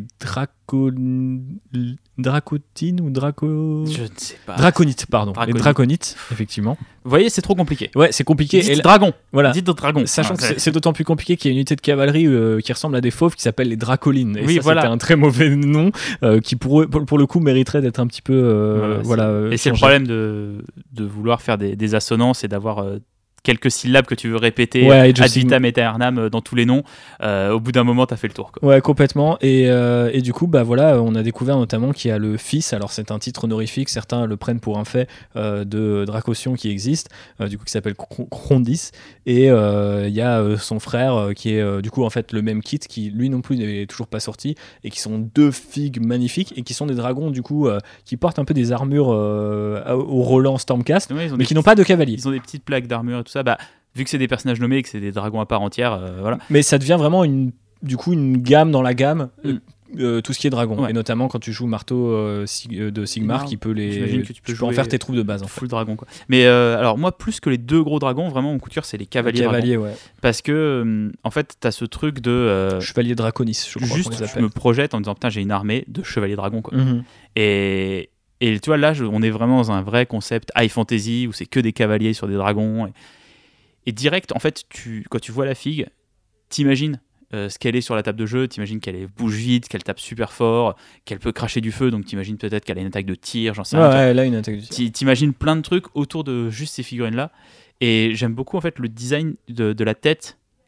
Dracotines ou Je ne sais pas. Draconites, pardon. Les Draconites, effectivement. Vous voyez, c'est trop compliqué. Ouais, c'est compliqué. Dites dragon. Voilà. Dites dragon. Sachant que c'est d'autant plus compliqué qu'il y a une unité de cavalerie qui ressemble à des fauves qui s'appelle les Dracolines. Et c'était un très mauvais nom qui pour le coup mériterait d'être un petit peu et c'est le problème de vouloir faire des assonances et d'avoir quelques syllabes que tu veux répéter ad vitam aeternam dans tous les noms, au bout d'un moment t'as fait le tour quoi. Ouais, complètement. Et du coup voilà, on a découvert notamment qu'il y a le fils, alors c'est un titre honorifique, certains le prennent pour un fait de Dracosion qui existe, du coup qui s'appelle Krondis, et il y a son frère qui est du coup en fait le même kit, qui lui non plus n'est toujours pas sorti, et qui sont deux figues magnifiques et qui sont des dragons du coup qui portent un peu des armures au Roland Stormcast, mais qui n'ont pas de cavalier. Ils ont des petites plaques d'armure et tout ça. Vu que c'est des personnages nommés et que c'est des dragons à part entière, voilà. Mais ça devient vraiment une gamme dans la gamme, tout ce qui est dragon, et notamment quand tu joues marteau de Sigmar, qui peut tu peux en faire tes troupes de base en full dragon quoi. Mais alors moi, plus que les deux gros dragons, vraiment mon coup de cœur c'est les cavaliers ouais. Parce que en fait t'as ce truc de chevalier draconis, je crois. Juste je me projette en disant putain j'ai une armée de chevaliers dragons quoi. Et tu vois là on est vraiment dans un vrai concept high fantasy où c'est que des cavaliers sur des dragons, et direct en fait quand tu vois la figue, t'imagines ce qu'elle est sur la table de jeu, t'imagines qu'elle bouge vite, qu'elle tape super fort, qu'elle peut cracher du feu, donc t'imagines peut-être qu'elle a une attaque de tir, j'en sais rien. Ouais, elle a une attaque de tir. T'imagines plein de trucs autour de juste ces figurines là, et j'aime beaucoup en fait le design de la tête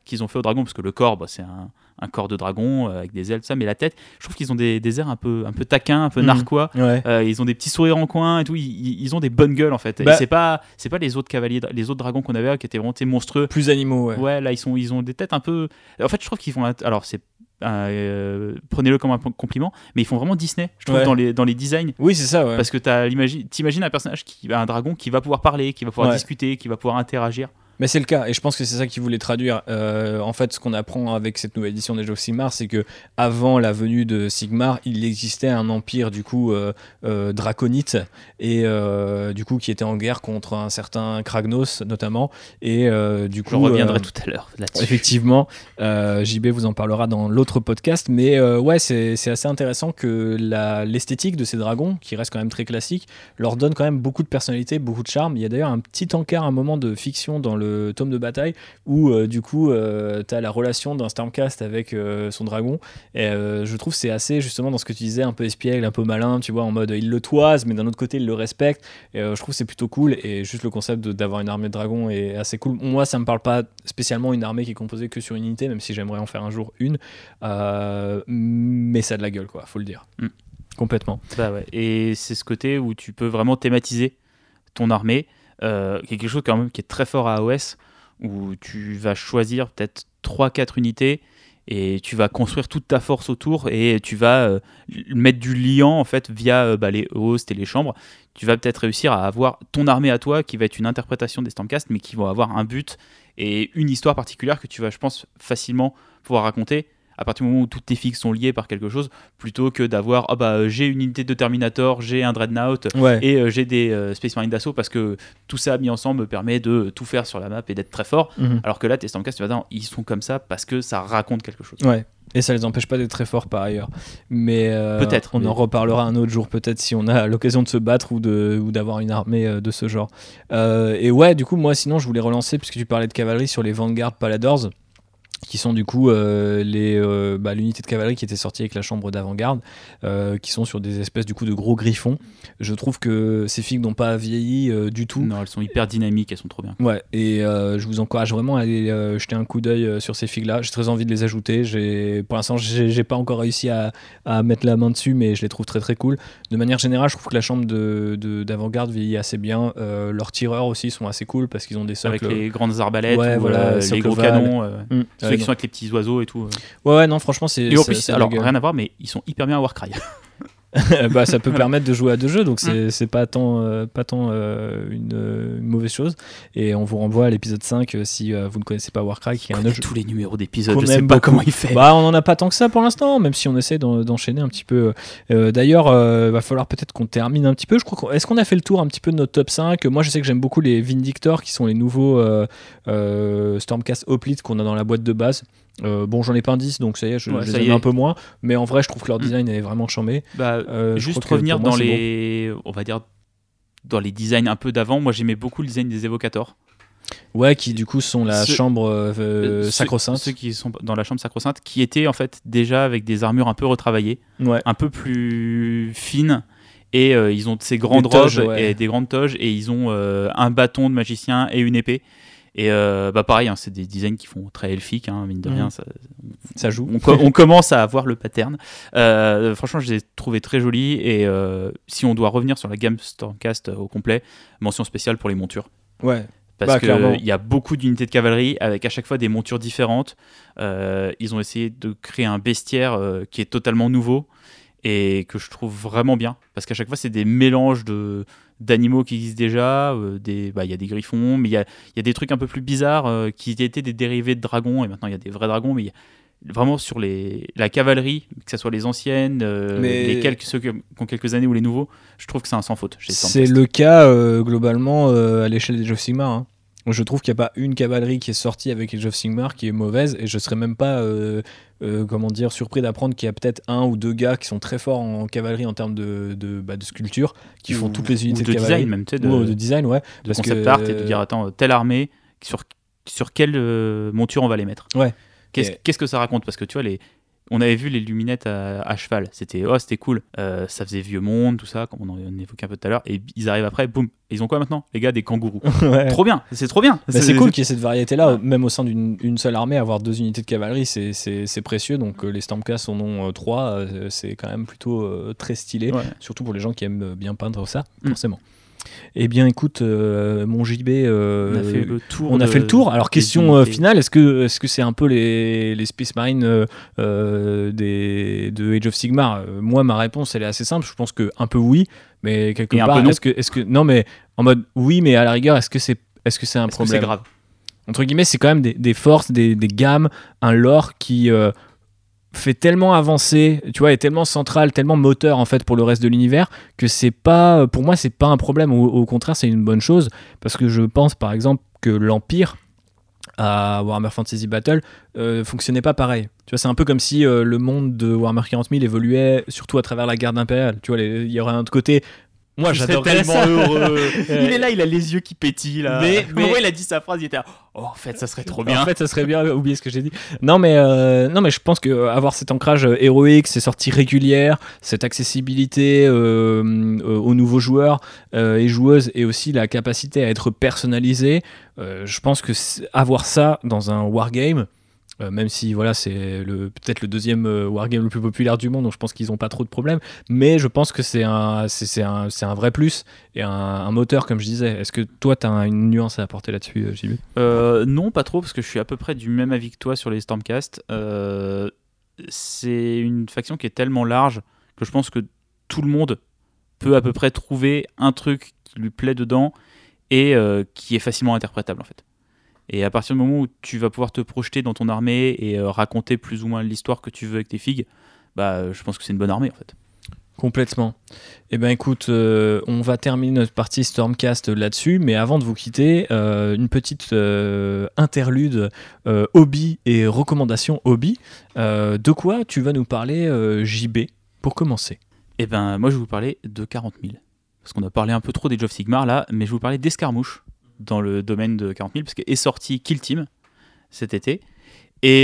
qu'ils ont fait au dragon, parce que le corps, c'est un corps de dragon avec des ailes, tout ça, mais la tête, je trouve qu'ils ont des airs un peu taquins, un peu narquois. Ouais. Ils ont des petits sourires en coin et tout. Ils ont des bonnes gueules en fait. Et c'est pas les autres cavaliers, les autres dragons qu'on avait qui étaient vraiment monstrueux. Plus animaux, ouais. Ouais, là ils ont des têtes un peu. En fait, je trouve qu'ils font. Alors c'est prenez-le comme un compliment, mais ils font vraiment Disney, je trouve, dans les designs. Oui, c'est ça, ouais. Parce que t'imagines un personnage un dragon qui va pouvoir parler, qui va pouvoir discuter, qui va pouvoir interagir. Mais c'est le cas, et je pense que c'est ça qu'ils voulaient traduire. En fait, ce qu'on apprend avec cette nouvelle édition d'Age of Sigmar, c'est que avant la venue de Sigmar, il existait un empire du coup draconite et du coup qui était en guerre contre un certain Kragnos notamment. Et du coup, je reviendrai tout à l'heure là-dessus. Effectivement, JB vous en parlera dans l'autre podcast, mais ouais, c'est assez intéressant que l'esthétique de ces dragons, qui reste quand même très classique, leur donne quand même beaucoup de personnalité, beaucoup de charme. Il y a d'ailleurs un petit encart, un moment de fiction dans le tome de bataille où du coup t'as la relation d'un Stormcast avec son dragon, et je trouve c'est assez justement dans ce que tu disais, un peu espiègle, un peu malin, tu vois, en mode il le toise mais d'un autre côté il le respecte, et je trouve c'est plutôt cool, et juste le concept d'avoir une armée de dragons est assez cool. Moi ça me parle pas spécialement une armée qui est composée que sur une unité, même si j'aimerais en faire un jour une, mais ça a de la gueule, quoi, faut le dire. Complètement. Bah ouais. Et c'est ce côté où tu peux vraiment thématiser ton armée, quelque chose quand même qui est très fort à AOS, où tu vas choisir peut-être 3-4 unités et tu vas construire toute ta force autour, et tu vas mettre du liant en fait via les hosts et les chambres. Tu vas peut-être réussir à avoir ton armée à toi qui va être une interprétation des Stormcast, mais qui vont avoir un but et une histoire particulière que tu vas, je pense, facilement pouvoir raconter à partir du moment où toutes tes fixes sont liées par quelque chose, plutôt que d'avoir j'ai une unité de Terminator, j'ai un Dreadnought, et j'ai des Space Marine d'assaut, parce que tout ça mis ensemble me permet de tout faire sur la map et d'être très fort. Alors que là, tes Stormcast, tu vas dire, ils sont comme ça parce que ça raconte quelque chose. Ouais. Et ça les empêche pas d'être très forts par ailleurs. Mais peut-être. On en reparlera un autre jour, peut-être, si on a l'occasion de se battre ou d'avoir une armée de ce genre. Et ouais, du coup, moi, sinon, je voulais relancer, puisque tu parlais de cavalerie, sur les Vanguard Paladors, qui sont du coup l'unité de cavalerie qui était sortie avec la chambre d'avant-garde, qui sont sur des espèces du coup de gros griffons. Je trouve que ces figues n'ont pas vieilli du tout. Non, elles sont hyper dynamiques, elles sont trop bien. Ouais, et je vous encourage vraiment à aller jeter un coup d'œil sur ces figues-là. J'ai très envie de les ajouter. Pour l'instant, j'ai pas encore réussi à mettre la main dessus, mais je les trouve très très cool. De manière générale, je trouve que la chambre d'avant-garde vieillit assez bien. Leurs tireurs aussi sont assez cool parce qu'ils ont des socles. Avec les grandes arbalètes, les gros Val. Canons. Ceux qui sont avec les petits oiseaux et tout. Ouais, non, franchement, c'est. Et en plus, alors rien à voir, mais ils sont hyper bien à Warcry. Bah, ça peut permettre de jouer à deux jeux, donc c'est pas tant une mauvaise chose. Et on vous renvoie à l'épisode 5 si vous ne connaissez pas Warcry, qui est un autre jeu. Tous les numéros d'épisodes, je sais pas comment il fait. Bah, on en a pas tant que ça pour l'instant, même si on essaie d'enchaîner un petit peu. D'ailleurs, va falloir peut-être qu'on termine un petit peu. Je crois est-ce qu'on a fait le tour un petit peu de notre top 5? Moi, je sais que j'aime beaucoup les Vindictor, qui sont les nouveaux Stormcast Hoplite qu'on a dans la boîte de base. Bon, j'en ai pas un 10, donc ça y est, je les aime un peu moins, mais en vrai je trouve que leur design est vraiment chambé. Juste revenir dans les on va dire dans les designs un peu d'avant, moi j'aimais beaucoup le design des Evocators. Ouais, qui du coup sont la chambre sacro-sainte. Ceux qui sont dans la chambre sacro-sainte, qui étaient en fait déjà avec des armures un peu retravaillées, un peu plus fines, et ils ont ces grandes robes et des grandes toges, et ils ont un bâton de magicien et une épée. Et pareil, c'est des designs qui font très elfiques, mine de rien, ça joue. On commence à avoir le pattern. Franchement, je les ai trouvés très jolis, et si on doit revenir sur la gamme Stormcast au complet, mention spéciale pour les montures. Ouais. Parce qu'il y a beaucoup d'unités de cavalerie avec à chaque fois des montures différentes. Ils ont essayé de créer un bestiaire qui est totalement nouveau et que je trouve vraiment bien. Parce qu'à chaque fois, c'est des mélanges d'animaux qui existent déjà. Il y a des griffons, mais il y a des trucs un peu plus bizarres qui étaient des dérivés de dragons. Et maintenant, il y a des vrais dragons. Mais vraiment sur la cavalerie, que ce soit les anciennes, ceux qui ont quelques années ou les nouveaux, je trouve que c'est un sans faute. C'est le cas globalement à l'échelle des Age of Sigmar. Je trouve qu'il n'y a pas une cavalerie qui est sortie avec Age of Sigmar qui est mauvaise, et je serais même pas surpris d'apprendre qu'il y a peut-être un ou deux gars qui sont très forts en cavalerie en termes de sculpture, qui font toutes les unités de cavalerie. Design même, de design, ouais. De concept art, et de dire attends, telle armée, sur quelle monture on va les mettre. Ouais. Qu'est-ce que ça raconte? Parce que tu vois, on avait vu les luminettes à cheval, c'était cool, ça faisait vieux monde, tout ça, comme on en évoquait un peu tout à l'heure, et ils arrivent après, boum, ils ont quoi maintenant, les gars, des kangourous. Ouais. Trop bien, c'est trop bien. C'est cool qu'il y ait cette variété-là, même au sein d'une seule armée, avoir 2 unités de cavalerie, c'est précieux, donc les Stormcast en ont 3, c'est quand même plutôt très stylé, surtout pour les gens qui aiment bien peindre ça, forcément. Eh bien, écoute, mon JB, on a fait le tour. Alors, question finale, est-ce que c'est un peu les Space Marines de Age of Sigmar? Moi, ma réponse, elle est assez simple. Je pense que un peu oui, mais quelque et part, un peu non. est-ce que non, mais en mode oui, mais à la rigueur, est-ce que c'est un problème? C'est grave. Entre guillemets, c'est quand même des forces, des gammes, un lore qui fait tellement avancer, tu vois, est tellement central, tellement moteur en fait pour le reste de l'univers que c'est pas, pour moi, c'est pas un problème. Au contraire, c'est une bonne chose parce que je pense par exemple que l'Empire à Warhammer Fantasy Battle fonctionnait pas pareil. Tu vois, c'est un peu comme si le monde de Warhammer 40 000 évoluait surtout à travers la garde impériale. Tu vois, il y aurait un autre côté. Moi, j'adorerais tellement ça. Heureux. Il est là, il a les yeux qui pétillent là. Mais il a dit sa phrase, il était là, en fait, ça serait trop bien. En fait, ça serait bien. Oubliez ce que j'ai dit. Non, mais je pense que avoir cet ancrage héroïque, ces sorties régulières, cette accessibilité aux nouveaux joueurs et joueuses, et aussi la capacité à être personnalisé. Je pense que avoir ça dans un wargame. Même si voilà, c'est peut-être le deuxième wargame le plus populaire du monde, donc je pense qu'ils n'ont pas trop de problèmes, mais je pense que c'est un vrai plus et un moteur, comme je disais. Est-ce que toi tu as une nuance à apporter là-dessus, JB? Non, pas trop, parce que je suis à peu près du même avis que toi sur les Stormcast. C'est une faction qui est tellement large que je pense que tout le monde peut à peu près trouver un truc qui lui plaît dedans et qui est facilement interprétable en fait. Et à partir du moment où tu vas pouvoir te projeter dans ton armée et raconter plus ou moins l'histoire que tu veux avec tes figues, je pense que c'est une bonne armée en fait. Complètement. Eh bien écoute, on va terminer notre partie Stormcast là-dessus, mais avant de vous quitter, une petite interlude hobby et recommandation hobby. De quoi tu vas nous parler, JB, pour commencer? Eh ben moi je vais vous parler de 40 000. Parce qu'on a parlé un peu trop d'Age of Sigmar là, mais je vais vous parler d'Escarmouche dans le domaine de 40 000, parce qu'est sorti Kill Team cet été. Et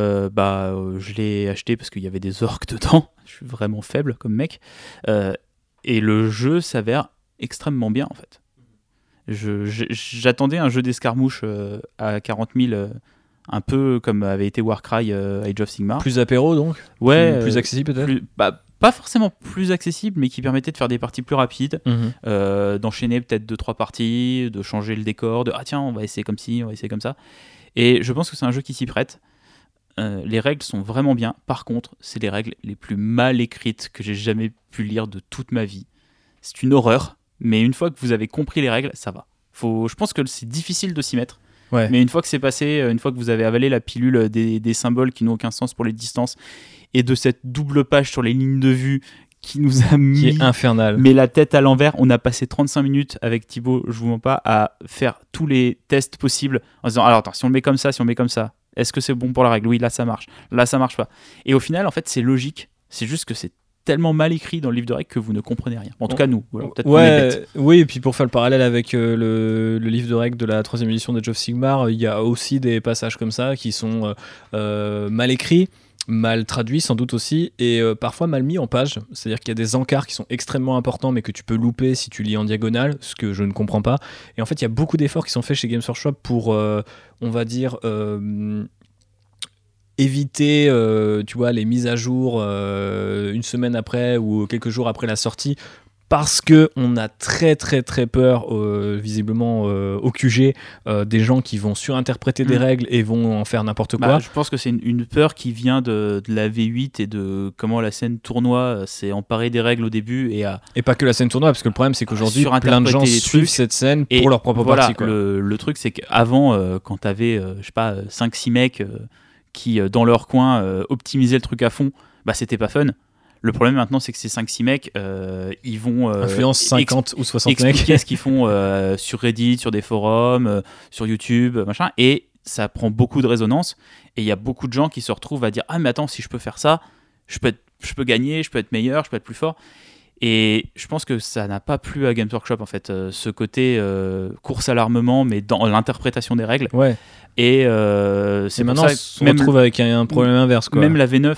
je l'ai acheté parce qu'il y avait des orques dedans. Je suis vraiment faible comme mec. Et le jeu s'avère extrêmement bien en fait. J'attendais un jeu d'escarmouche à 40 000, un peu comme avait été Warcry Age of Sigmar. Plus apéro donc? Ouais. Plus accessible peut-être? Pas forcément plus accessible, mais qui permettait de faire des parties plus rapides, d'enchaîner peut-être 2-3 parties, de changer le décor, de tiens, on va essayer comme ci, on va essayer comme ça. Et je pense que c'est un jeu qui s'y prête. Les règles sont vraiment bien. Par contre, c'est les règles les plus mal écrites que j'ai jamais pu lire de toute ma vie. C'est une horreur, mais une fois que vous avez compris les règles, ça va. Je pense que c'est difficile de s'y mettre. Ouais. Mais une fois que c'est passé, une fois que vous avez avalé la pilule des symboles qui n'ont aucun sens pour les distances et de cette double page sur les lignes de vue qui nous a mis... Qui est infernal. Mais la tête à l'envers, on a passé 35 minutes avec Thibaut, je vous mens pas, à faire tous les tests possibles en se disant, alors attends, si on le met comme ça, est-ce que c'est bon pour la règle? Oui, là ça marche pas. Et au final, en fait, c'est logique, c'est juste que c'est tellement mal écrit dans le livre de règles que vous ne comprenez rien. En tout cas, nous. Voilà, peut-être qu'on est bêtes. Oui, et puis pour faire le parallèle avec le livre de règles de la 3e édition d'Age of Sigmar, il y a aussi des passages comme ça qui sont mal écrits, mal traduits sans doute aussi, et parfois mal mis en page. C'est-à-dire qu'il y a des encarts qui sont extrêmement importants, mais que tu peux louper si tu lis en diagonale, ce que je ne comprends pas. Et en fait, il y a beaucoup d'efforts qui sont faits chez Games Workshop pour, on va dire... éviter tu vois, les mises à jour une semaine après ou quelques jours après la sortie, parce qu'on a très très très peur visiblement au QG des gens qui vont surinterpréter des règles et vont en faire n'importe quoi. Je pense que c'est une peur qui vient de la V8 et de comment la scène tournoi s'est emparée des règles au début et pas que la scène tournoi, parce que le problème c'est qu'aujourd'hui plein de gens suivent cette scène pour leur propre partie, quoi. Le truc c'est qu'avant quand t'avais 5-6 mecs qui dans leur coin optimisaient le truc à fond, c'était pas fun. Le problème maintenant, c'est que ces 5-6 mecs, ils vont influence 50 ou 60 expliquer ce qu'ils font sur Reddit, sur des forums, sur YouTube, machin, et ça prend beaucoup de résonance. Et il y a beaucoup de gens qui se retrouvent à dire, ah mais attends, si je peux faire ça, je peux gagner, je peux être meilleur, je peux être plus fort. Et je pense que ça n'a pas plu à Games Workshop en fait, ce côté course à l'armement, mais dans l'interprétation des règles. Ouais. Et c'est maintenant on se retrouve avec un problème inverse, quoi. Même la V9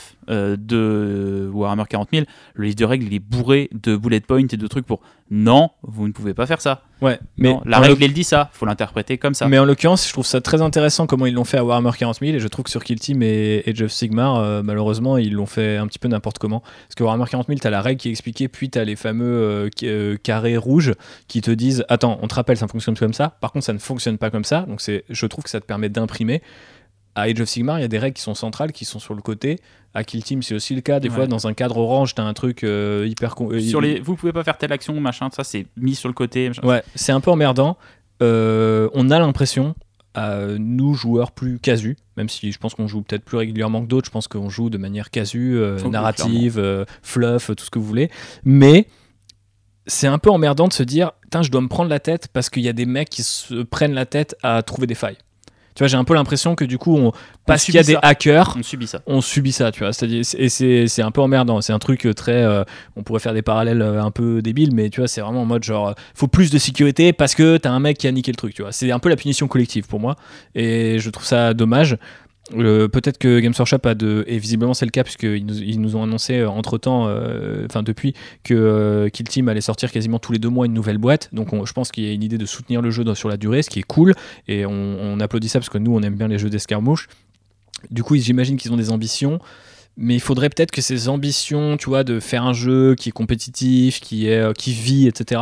de Warhammer 40 000, le livre de règles il est bourré de bullet points et de trucs pour non, vous ne pouvez pas faire ça. Ouais, mais non, la règle elle dit ça, faut l'interpréter comme ça. Mais en l'occurrence, je trouve ça très intéressant comment ils l'ont fait à Warhammer 40 000, et je trouve que sur Kill Team et Age of Sigmar, malheureusement, ils l'ont fait un petit peu n'importe comment. Parce que Warhammer 40 000, t'as la règle qui est expliquée, puis t'as les fameux carrés rouges qui te disent attends, on te rappelle, ça fonctionne comme ça. Par contre, ça ne fonctionne pas comme ça. Donc je trouve que ça te permet d'imprimer. À Age of Sigmar, il y a des règles qui sont centrales, qui sont sur le côté. À Kill Team, c'est aussi le cas. Des fois, dans un cadre orange, t'as un truc hyper... Vous pouvez pas faire telle action, machin, ça c'est mis sur le côté. Machin. Ouais, c'est un peu emmerdant. On a l'impression, nous, joueurs plus casus, même si je pense qu'on joue peut-être plus régulièrement que d'autres, je pense qu'on joue de manière casu, narrative, fluff, tout ce que vous voulez. Mais c'est un peu emmerdant de se dire, je dois me prendre la tête parce qu'il y a des mecs qui se prennent la tête à trouver des failles. Tu vois, j'ai un peu l'impression que du coup, parce qu'il y a des hackers, on subit ça, tu vois. C'est-à-dire, et c'est un peu emmerdant. C'est un truc très, on pourrait faire des parallèles un peu débiles, mais tu vois, c'est vraiment en mode genre, faut plus de sécurité parce que t'as un mec qui a niqué le truc, tu vois. C'est un peu la punition collective pour moi, et je trouve ça dommage. Peut-être que Games Workshop et visiblement c'est le cas puisqu'ils nous ont annoncé entre-temps, depuis que Kill Team allait sortir quasiment tous les 2 mois une nouvelle boîte, donc je pense qu'il y a une idée de soutenir le jeu sur la durée, ce qui est cool, et on applaudit ça parce que nous on aime bien les jeux d'escarmouche. Du coup j'imagine qu'ils ont des ambitions, mais il faudrait peut-être que ces ambitions, tu vois, de faire un jeu qui est compétitif, qui vit, etc.,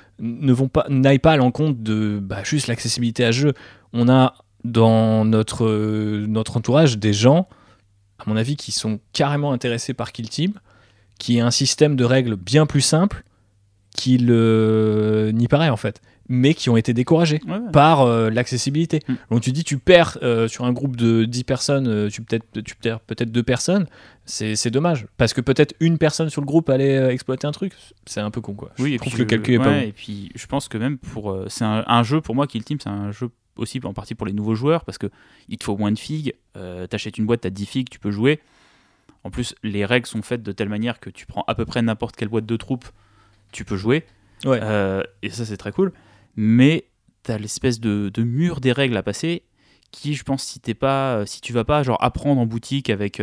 n'aillent pas à l'encontre de juste l'accessibilité à jeu. On a dans notre entourage des gens, à mon avis, qui sont carrément intéressés par Kill Team, qui est un système de règles bien plus simple qu'il n'y paraît en fait, mais qui ont été découragés par l'accessibilité. Donc tu dis, tu perds sur un groupe de 10 personnes, tu perds peut-être 2 personnes, c'est dommage, parce que peut-être une personne sur le groupe allait exploiter un truc, c'est un peu con quoi. Oui, je trouve que le calcul est pas bon. Et puis je pense que même c'est un jeu, pour moi, Kill Team, c'est un jeu aussi en partie pour les nouveaux joueurs, parce que il te faut moins de figues, t'achètes une boîte, t'as 10 figues, tu peux jouer. En plus, les règles sont faites de telle manière que tu prends à peu près n'importe quelle boîte de troupes, tu peux jouer. Ouais. Et ça, c'est très cool. Mais t'as l'espèce de mur des règles à passer qui, je pense, si tu vas pas genre apprendre en boutique avec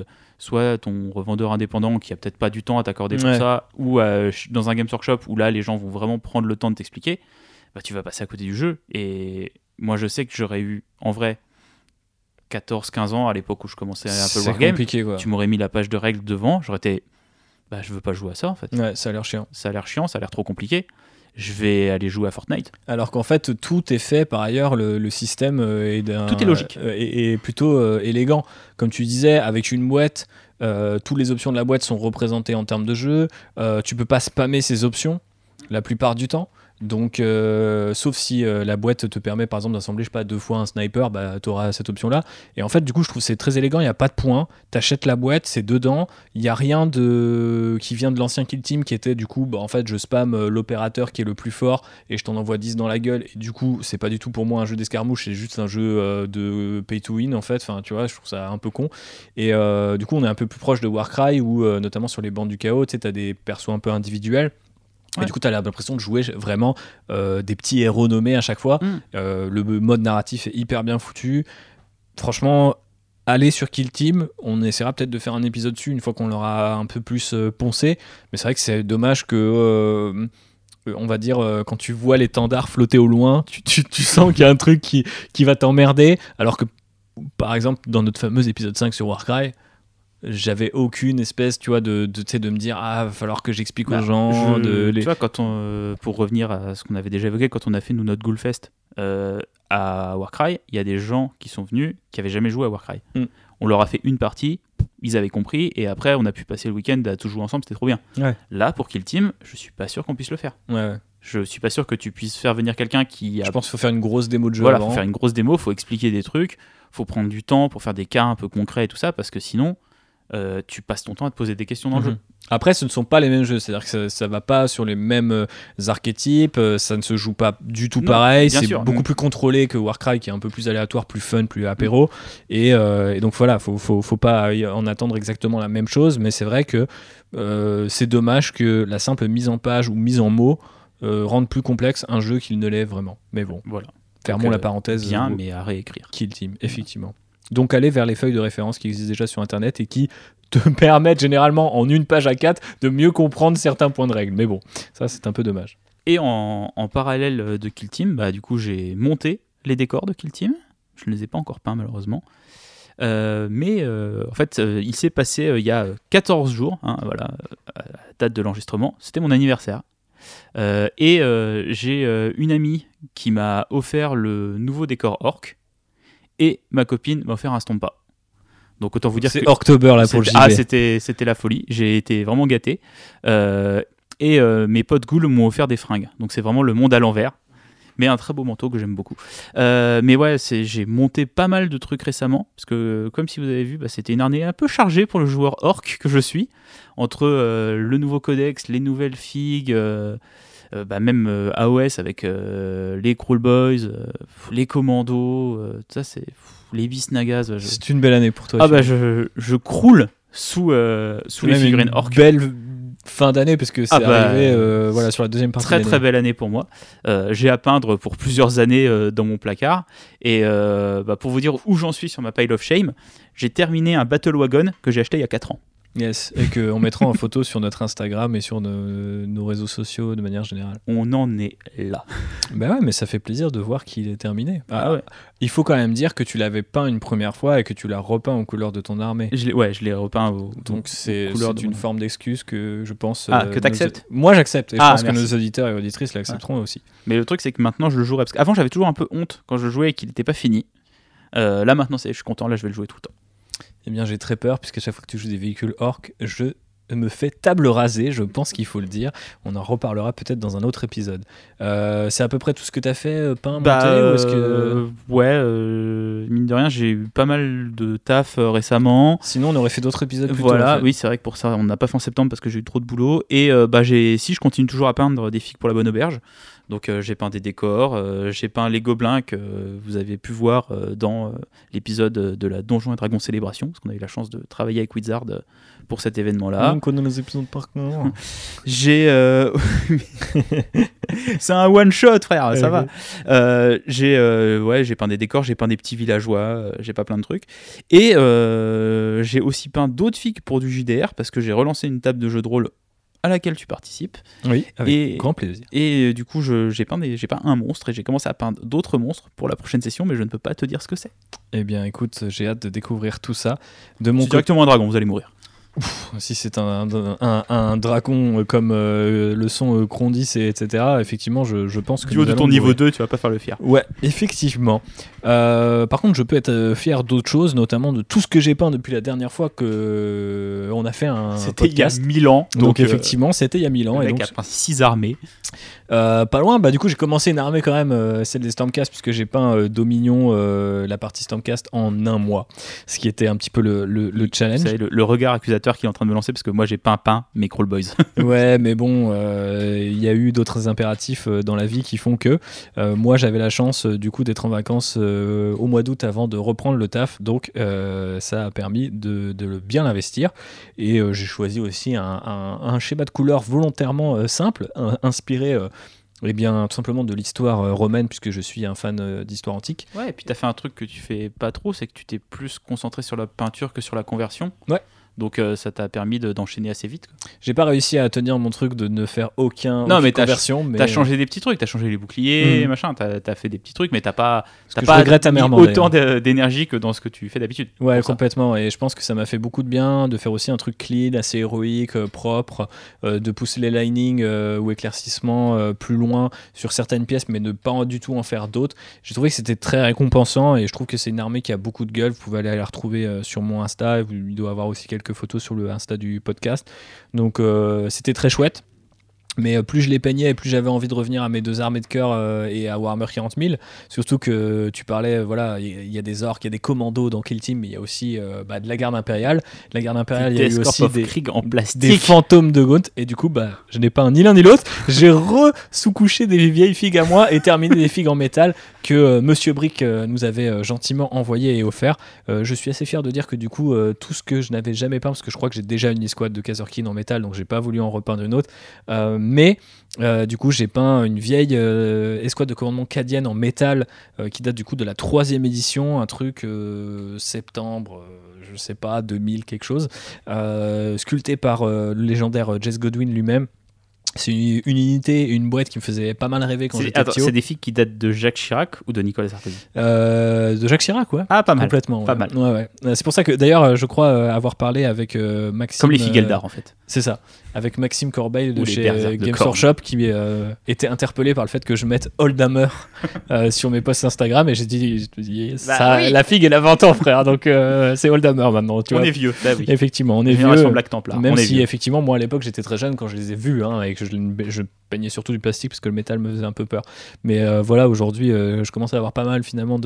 soit ton revendeur indépendant qui a peut-être pas du temps à t'accorder pour ça, ou dans un Games Workshop où là, les gens vont vraiment prendre le temps de t'expliquer, tu vas passer à côté du jeu. Et moi, je sais que j'aurais eu, en vrai, 14-15 ans à l'époque où je commençais un peu le wargame, tu m'aurais mis la page de règles devant, j'aurais été je veux pas jouer à ça en fait. Ouais, ça a l'air chiant. Ça a l'air trop compliqué. Je vais aller jouer à Fortnite. Alors qu'en fait, tout est fait par ailleurs, le système tout est logique. Et plutôt élégant. Comme tu disais, avec une boîte, toutes les options de la boîte sont représentées en termes de jeu. Tu peux pas spammer ces options la plupart du temps. Donc, sauf si la boîte te permet par exemple d'assembler, je sais pas, 2 fois un sniper, tu auras cette option là. Et en fait, du coup, je trouve que c'est très élégant. Il n'y a pas de points. T'achètes la boîte, c'est dedans. Il n'y a rien qui vient de l'ancien Kill Team qui était du coup, en fait, je spam l'opérateur qui est le plus fort et je t'en envoie 10 dans la gueule. Et du coup, c'est pas du tout pour moi un jeu d'escarmouche, c'est juste un jeu de pay to win en fait. Enfin, tu vois, je trouve ça un peu con. Et du coup, on est un peu plus proche de Warcry où, notamment sur les bandes du chaos, tu sais, t'as des persos un peu individuels. Et du coup, tu as l'impression de jouer vraiment des petits héros nommés à chaque fois. Le mode narratif est hyper bien foutu. Franchement, allez sur Kill Team. On essaiera peut-être de faire un épisode dessus une fois qu'on l'aura un peu plus poncé. Mais c'est vrai que c'est dommage que... on va dire, quand tu vois l'étendard flotter au loin, tu sens qu'il y a un truc qui va t'emmerder. Alors que, par exemple, dans notre fameux épisode 5 sur Warcry, j'avais aucune espèce, tu vois, de me dire va falloir que j'explique aux gens. Tu vois, pour revenir à ce qu'on avait déjà évoqué, quand on a fait notre Ghoulfest à Warcry, il y a des gens qui sont venus qui avaient jamais joué à Warcry. On leur a fait une partie, ils avaient compris, et après on a pu passer le week-end à tout jouer ensemble, c'était trop bien. Là, pour Kill Team, je suis pas sûr qu'on puisse le faire. Je suis pas sûr que tu puisses faire venir quelqu'un qui... Je pense qu'il faut faire une grosse démo de jeu. Voilà, il faut faire une grosse démo, il faut expliquer des trucs, il faut prendre du temps pour faire des cas un peu concrets et tout ça, parce que sinon... tu passes ton temps à te poser des questions dans le jeu. Après, ce ne sont pas les mêmes jeux, c'est-à-dire que ça va pas sur les mêmes archétypes, ça ne se joue pas du tout pareil, c'est beaucoup plus contrôlé que Warcry qui est un peu plus aléatoire, plus fun, plus apéro, et donc voilà, faut pas en attendre exactement la même chose, mais c'est vrai que c'est dommage que la simple mise en page ou mise en mots rende plus complexe un jeu qu'il ne l'est vraiment. Mais bon, voilà. Fermons la parenthèse. Bien, mais à réécrire. Kill Team, effectivement. Donc allez vers les feuilles de référence qui existent déjà sur Internet et qui te permettent généralement en une page à 4 de mieux comprendre certains points de règle. Mais bon, ça c'est un peu dommage. Et en parallèle de Kill Team, du coup j'ai monté les décors de Kill Team. Je ne les ai pas encore peints malheureusement. Mais en fait, il s'est passé il y a 14 jours, voilà, à la date de l'enregistrement, c'était mon anniversaire. Et j'ai une amie qui m'a offert le nouveau décor Orc et ma copine m'a offert un Stompa. Donc autant vous dire c'est October là pour le JV. C'était la folie, j'ai été vraiment gâté. Et mes potes ghouls m'ont offert des fringues, donc c'est vraiment le monde à l'envers. Mais un très beau manteau que j'aime beaucoup. Mais ouais, j'ai monté pas mal de trucs récemment, parce que comme si vous avez vu, c'était une année un peu chargée pour le joueur orc que je suis, entre le nouveau codex, les nouvelles figues, même AOS avec les Crawl Boys, les commandos, ça c'est les Bisnagas. C'est une belle année pour toi. Je croule sous les figurines orc. Belle fin d'année parce que c'est arrivé voilà, sur la deuxième partie. Très très belle année pour moi. J'ai à peindre pour plusieurs années dans mon placard. Et pour vous dire où j'en suis sur ma pile of shame, j'ai terminé un Battle Wagon que j'ai acheté il y a 4 ans. Yes, et qu'on mettra en photo sur notre Instagram et sur nos réseaux sociaux de manière générale. On en est là. Bah ouais, mais ça fait plaisir de voir qu'il est terminé. Ouais. Il faut quand même dire que tu l'avais peint une première fois et que tu l'as repeint aux couleurs de ton armée. Je l'ai repeint Donc c'est une forme d'excuse que je pense... que t'acceptes. Moi j'accepte, et je pense merci. que nos auditeurs et auditrices l'accepteront aussi. Mais le truc c'est que maintenant je le jouerai, parce qu'avant j'avais toujours un peu honte quand je jouais et qu'il n'était pas fini. Là maintenant je suis content, là je vais le jouer tout le temps. Eh bien, j'ai très peur, puisqu'à chaque fois que tu joues des véhicules orques, je me fais table rasée, je pense qu'il faut le dire. On en reparlera peut-être dans un autre épisode. C'est à peu près tout ce que tu as fait, peint, monté, ou est-ce que... Ouais, mine de rien, j'ai eu pas mal de taf récemment. Sinon, on aurait fait d'autres épisodes plus voilà, tôt, en fait. Oui, c'est vrai que pour ça, on n'a pas fait en septembre parce que j'ai eu trop de boulot. Et je continue toujours à peindre des figues pour la Bonne Auberge. Donc j'ai peint des décors, j'ai peint les gobelins que vous avez pu voir dans l'épisode de la Donjons et Dragons Célébration, parce qu'on a eu la chance de travailler avec Wizard pour cet événement-là. On connaît les épisodes par cœur. J'ai... C'est un one-shot, frère, ça va. J'ai peint des décors, j'ai peint des petits villageois, j'ai pas plein de trucs. Et j'ai aussi peint d'autres figues pour du JDR, parce que j'ai relancé une table de jeu de rôle à laquelle tu participes. Oui, avec grand plaisir. Et du coup, j'ai peint un monstre et j'ai commencé à peindre d'autres monstres pour la prochaine session, mais je ne peux pas te dire ce que c'est. Eh bien, écoute, j'ai hâte de découvrir tout ça. C'est directement un dragon, vous allez mourir. Si c'est un dragon comme le son Crondis, etc., effectivement, je pense que... Du haut de ton niveau 2, tu vas pas faire le fier. Ouais, effectivement. Par contre, je peux être fier d'autres choses, notamment de tout ce que j'ai peint depuis la dernière fois qu'on a fait un podcast. C'était il y a 1000 ans. Donc effectivement, c'était il y a 1000 ans. Le mec a peint 6 armées. Pas loin, du coup j'ai commencé une armée quand même, celle des Stormcast, puisque j'ai peint Dominion, la partie Stormcast en un mois, ce qui était un petit peu le challenge. Vous savez, le regard accusateur qu'il est en train de me lancer, parce que moi j'ai peint mes Crawl Boys. Ouais, mais bon, il y a eu d'autres impératifs dans la vie qui font que moi j'avais la chance du coup d'être en vacances au mois d'août avant de reprendre le taf, donc ça a permis de bien investir, et j'ai choisi aussi un schéma de couleurs volontairement simple, inspiré tout simplement de l'histoire romaine, puisque je suis un fan d'histoire antique. Ouais, et puis t'as fait un truc que tu fais pas trop, c'est que tu t'es plus concentré sur la peinture que sur la conversion. Ouais. Donc ça t'a permis d'enchaîner assez vite, quoi. J'ai pas réussi à tenir mon truc de ne faire aucune conversion. T'as changé des petits trucs, t'as changé les boucliers, machin, t'as fait des petits trucs, mais t'as pas autant d'énergie que dans ce que tu fais d'habitude. Ouais, complètement. Et je pense que ça m'a fait beaucoup de bien de faire aussi un truc clean, assez héroïque, propre, de pousser les linings ou éclaircissements plus loin sur certaines pièces, mais ne pas du tout en faire d'autres. J'ai trouvé que c'était très récompensant, et je trouve que c'est une armée qui a beaucoup de gueule. Vous pouvez aller la retrouver sur mon Insta, il doit avoir aussi quelques photos sur le Insta du podcast, donc c'était très chouette. Mais plus je les peignais, plus j'avais envie de revenir à mes 2 armées de cœur et à Warhammer 40 000. Surtout que tu parlais, voilà, il y a des orques, il y a des commandos dans Kill Team, mais il y a aussi de la garde impériale. De la garde impériale, il y a eu aussi des fantômes de Gaunt. Et du coup, je n'ai pas ni l'un ni l'autre. J'ai sous-couché des vieilles figues à moi et terminé des figues en métal que Monsieur Brick nous avait gentiment envoyé et offert. Je suis assez fier de dire que du coup, tout ce que je n'avais jamais peint, parce que je crois que j'ai déjà une escouade de Kazerkin en métal, donc j'ai pas voulu en repeindre une autre. Mais du coup j'ai peint une vieille escouade de commandement cadienne en métal qui date du coup de la 3e édition, un truc septembre je sais pas 2000 quelque chose, sculpté par le légendaire Jess Godwin lui-même. C'est une unité, une boîte qui me faisait pas mal rêver quand j'étais petit. C'est des figues qui datent de Jacques Chirac ou de Nicolas Sarkozy De Jacques Chirac, ouais. Ah, pas mal. Complètement. Pas mal. Ouais. C'est pour ça que d'ailleurs, je crois avoir parlé avec Maxime. Comme les figues Eldar, en fait. C'est ça. Avec Maxime Corbeil de chez Games Korn. Workshop qui était interpellé par le fait que je mette Oldhammer sur mes posts Instagram et j'ai dit oui. La figue elle a 20 ans frère, donc c'est Oldhammer maintenant, tu vois. On est vieux, oui. Effectivement, on est Génération vieux. Black Templar. Même si effectivement moi à l'époque j'étais très jeune quand je les ai vus et que je peignais surtout du plastique parce que le métal me faisait un peu peur. Mais voilà, aujourd'hui je commence à avoir pas mal finalement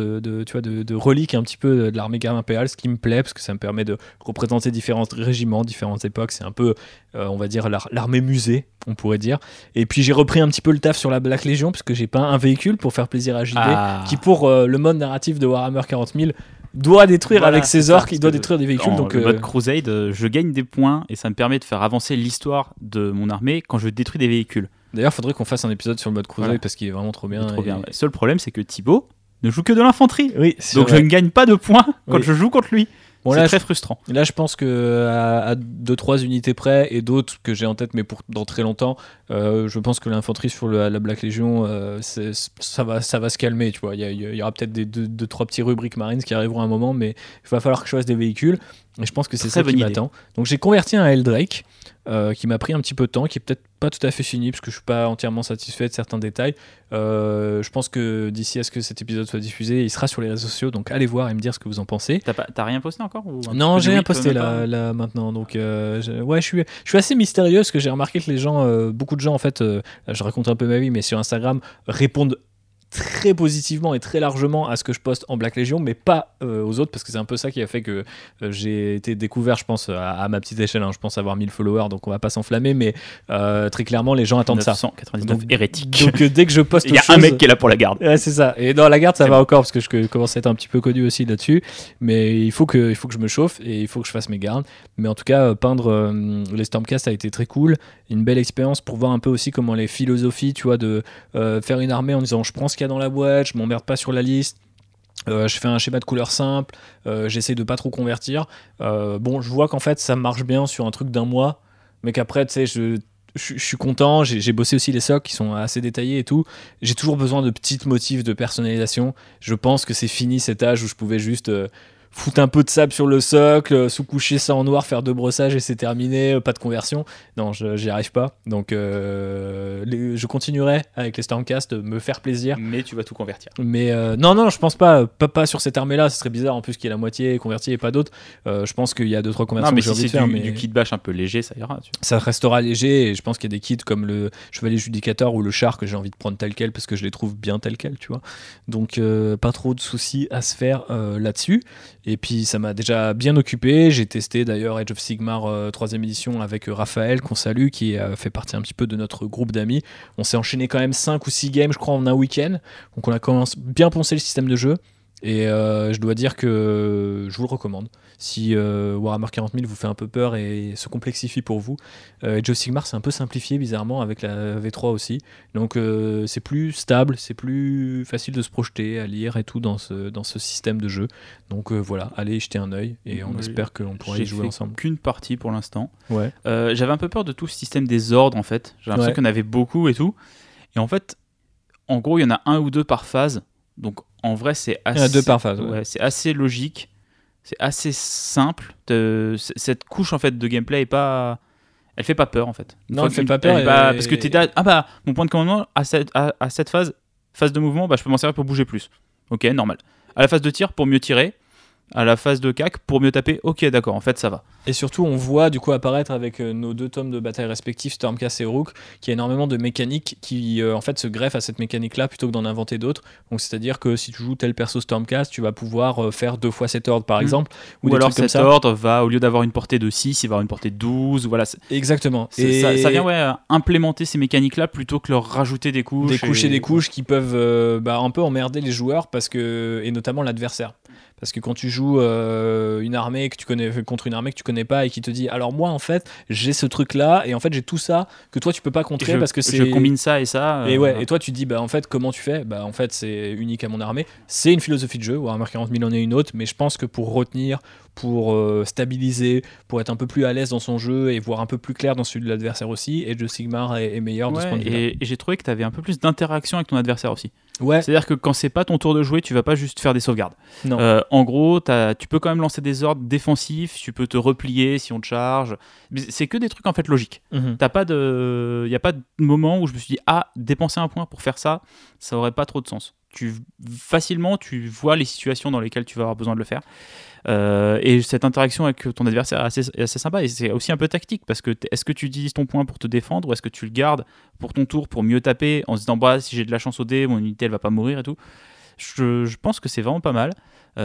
de reliques un petit peu de l'armée garde impériale, ce qui me plaît parce que ça me permet de représenter différents régiments, différentes époques. C'est un peu on va dire l'armée musée, on pourrait dire. Et puis j'ai repris un petit peu le taf sur la Black Legion parce que j'ai peint un véhicule pour faire plaisir à JB qui pour le mode narratif de Warhammer 40 000 doit détruire avec ses orques, il doit détruire des véhicules. Donc, le mode Crusade, je gagne des points et ça me permet de faire avancer l'histoire de mon armée quand je détruis des véhicules. D'ailleurs, il faudrait qu'on fasse un épisode sur le mode Crusade parce qu'il est vraiment trop bien. Trop bien. Le seul problème, c'est que Thibaut ne joue que de l'infanterie. Oui, donc je ne gagne pas de points quand je joue contre lui. Bon, c'est très frustrant. Là, je pense que à 2-3 unités près et d'autres que j'ai en tête, mais dans très longtemps, je pense que l'infanterie sur la Black Legion, ça va se calmer. Tu vois, il y aura peut-être 2-3 petits rubriques Marines qui arriveront à un moment, mais il va falloir que je fasse des véhicules. Et je pense que c'est ça qui m'attend. Donc j'ai converti un Eldrake qui m'a pris un petit peu de temps, qui est peut-être pas tout à fait fini parce que je suis pas entièrement satisfait de certains détails. Je pense que d'ici à ce que cet épisode soit diffusé, il sera sur les réseaux sociaux, donc allez voir et me dire ce que vous en pensez. T'as rien posté encore Non, j'ai rien posté là maintenant, donc je suis assez mystérieux parce que j'ai remarqué que les gens, beaucoup de gens en fait, je raconte un peu ma vie, mais sur Instagram répondent très positivement et très largement à ce que je poste en Black Legion, mais pas aux autres, parce que c'est un peu ça qui a fait que j'ai été découvert, je pense, à ma petite échelle. Je pense avoir 1000 followers, donc on va pas s'enflammer, mais très clairement, les gens attendent 999 ça. hérétiques. Donc dès que je poste il y a un mec qui est là pour la garde. Ouais, c'est ça. Et dans la garde, ça va encore, parce que je commence à être un petit peu connu aussi là-dessus, mais il faut que je me chauffe et il faut que je fasse mes gardes. Mais en tout cas, peindre les Stormcast a été très cool, une belle expérience pour voir un peu aussi comment les philosophies, tu vois, de faire une armée en disant je prends ce qu'il y a dans la boîte, je m'emmerde pas sur la liste, je fais un schéma de couleur simple, j'essaie de pas trop convertir. Je vois qu'en fait ça marche bien sur un truc d'un mois, mais qu'après tu sais je suis content, j'ai bossé aussi les socks qui sont assez détaillés et tout. J'ai toujours besoin de petits motifs de personnalisation. Je pense que c'est fini cet âge où je pouvais juste foutre un peu de sable sur le socle, sous-coucher ça en noir, faire 2 brossages et c'est terminé, pas de conversion. Non, j'y arrive pas. Donc je continuerai avec les Stormcast, me faire plaisir. Mais tu vas tout convertir. Mais non, je pense pas sur cette armée-là. Ce serait bizarre en plus qu'il y ait la moitié convertie et pas d'autres. Je pense qu'il y a 2-3 conversions que j'ai envie de faire. Mais du kit bash un peu léger, ça ira. Tu vois. Ça restera léger et je pense qu'il y a des kits comme le Chevalier Judicateur ou le Char que j'ai envie de prendre tel quel parce que je les trouve bien tel quel, tu vois. Donc pas trop de soucis à se faire là-dessus. Et puis ça m'a déjà bien occupé. J'ai testé d'ailleurs Age of Sigmar 3ème édition avec Raphaël, qu'on salue, qui fait partie un petit peu de notre groupe d'amis. On s'est enchaîné quand même 5 ou 6 games, je crois, en un week-end. Donc on a commencé bien poncé le système de jeu. Et je dois dire que je vous le recommande. Si Warhammer 40 000 vous fait un peu peur et se complexifie pour vous, Age of Sigmar c'est un peu simplifié bizarrement avec la V3 aussi. Donc c'est plus stable, c'est plus facile de se projeter, à lire et tout dans ce système de jeu. Donc voilà, allez y jeter un œil et on espère qu'on pourra y jouer ensemble. J'ai fait qu'une partie pour l'instant. Ouais. J'avais un peu peur de tout ce système des ordres en fait. J'ai l'impression qu'il y en avait beaucoup et tout. Et en fait, en gros, il y en a 1 ou 2 par phase. Donc en vrai, c'est assez. Il y en a 2 par phase. Ouais, c'est assez logique. C'est assez simple. Cette couche en fait de gameplay est pas. Elle fait pas peur en fait. Non, elle fait pas peur. Parce que t'es là. Ah bah, mon point de commandement à cette phase de mouvement, je peux m'en servir pour bouger plus. Ok, normal. À la phase de tir, pour mieux tirer. à la phase de CAC pour mieux taper. Ok, d'accord, en fait ça va. Et surtout, on voit du coup apparaître avec nos 2 tomes de bataille respectifs, Stormcast et Rook, qu'il y a énormément de mécaniques qui en fait se greffent à cette mécanique-là plutôt que d'en inventer d'autres. Donc c'est-à-dire que si tu joues tel perso Stormcast, tu vas pouvoir faire 2 fois cet ordre par exemple. Ou des alors trucs comme cet ça. ordre va, au lieu d'avoir une portée de 6, il va avoir une portée de 12. Voilà. Exactement. Ça vient implémenter ces mécaniques-là plutôt que leur rajouter des couches. Des couches qui peuvent un peu emmerder les joueurs et notamment l'adversaire. Parce que quand tu joues une armée que tu connais contre une armée que tu connais pas et qui te dit alors moi en fait j'ai ce truc là et en fait j'ai tout ça que toi tu peux pas contrer parce que je combine ça et ça. Et toi tu dis en fait comment tu fais, en fait c'est unique à mon armée, c'est une philosophie de jeu. Warhammer 40 000 en est une autre, mais je pense que pour retenir, pour stabiliser, pour être un peu plus à l'aise dans son jeu et voir un peu plus clair dans celui de l'adversaire aussi, Age of Sigmar est meilleur de ce point de vue. Et j'ai trouvé que tu avais un peu plus d'interaction avec ton adversaire aussi. Ouais. C'est-à-dire que quand c'est pas ton tour de jouer, tu vas pas juste faire des sauvegardes. Non. En gros, tu peux quand même lancer des ordres défensifs, tu peux te replier si on te charge. C'est que des trucs en fait logiques. Mm-hmm. Il n'y a pas de moment où je me suis dit dépenser un point pour faire ça aurait pas trop de sens. Facilement, tu vois les situations dans lesquelles tu vas avoir besoin de le faire. Et cette interaction avec ton adversaire est assez sympa et c'est aussi un peu tactique parce que est-ce que tu utilises ton point pour te défendre ou est-ce que tu le gardes pour ton tour pour mieux taper en se disant si j'ai de la chance au dé mon unité elle va pas mourir et tout. Je pense que c'est vraiment pas mal.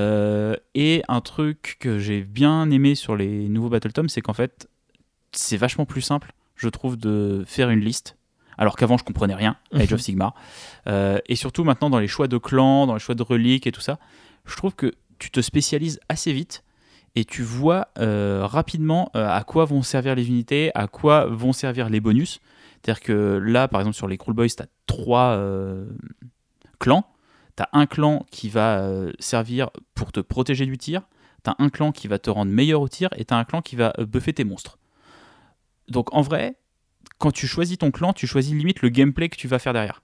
Et un truc que j'ai bien aimé sur les nouveaux Battletomes, c'est qu'en fait c'est vachement plus simple je trouve de faire une liste alors qu'avant je comprenais rien à Age of Sigmar. Et surtout maintenant dans les choix de clans, dans les choix de reliques et tout ça, je trouve que tu te spécialises assez vite et tu vois rapidement à quoi vont servir les unités, à quoi vont servir les bonus. C'est-à-dire que là, par exemple, sur les Cruel Boys, tu as 3 clans. Tu as un clan qui va servir pour te protéger du tir, tu as un clan qui va te rendre meilleur au tir et tu as un clan qui va buffer tes monstres. Donc en vrai, quand tu choisis ton clan, tu choisis limite le gameplay que tu vas faire derrière.